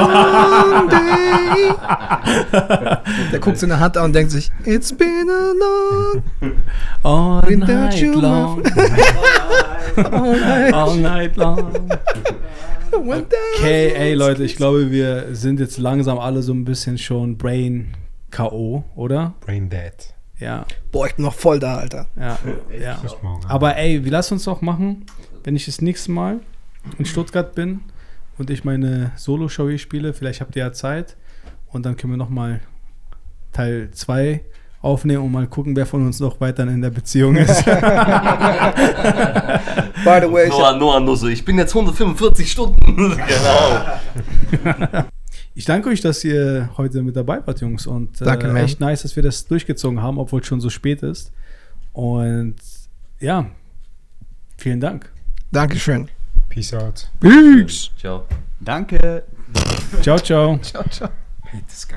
Der guckt seine Hand an und denkt sich, it's been a long, All Without night you, my long. all night. All night long. One day. Okay, ey Leute, ich glaube, wir sind jetzt langsam alle so ein bisschen schon Brain K O, oder? Brain dead. Ja, Boah, ich bin noch voll da, Alter. ja, ja. Bis morgen. Aber ey, wir lassen uns doch machen, wenn ich das nächste Mal in Stuttgart bin und ich meine Solo-Show hier spiele, vielleicht habt ihr ja Zeit und dann können wir nochmal Teil zwei aufnehmen und mal gucken, wer von uns noch weiter in der Beziehung ist. By the way, ich Noah, Noah, nur so, ich bin jetzt hundertfünfundvierzig Stunden. Genau. Ich danke euch, dass ihr heute mit dabei wart, Jungs. Und Danke, äh, man. echt nice, dass wir das durchgezogen haben, obwohl es schon so spät ist. Und ja, vielen Dank. Dankeschön. Peace out. Peace. Ciao. Danke. Ciao, ciao. Ciao, ciao. Hey, das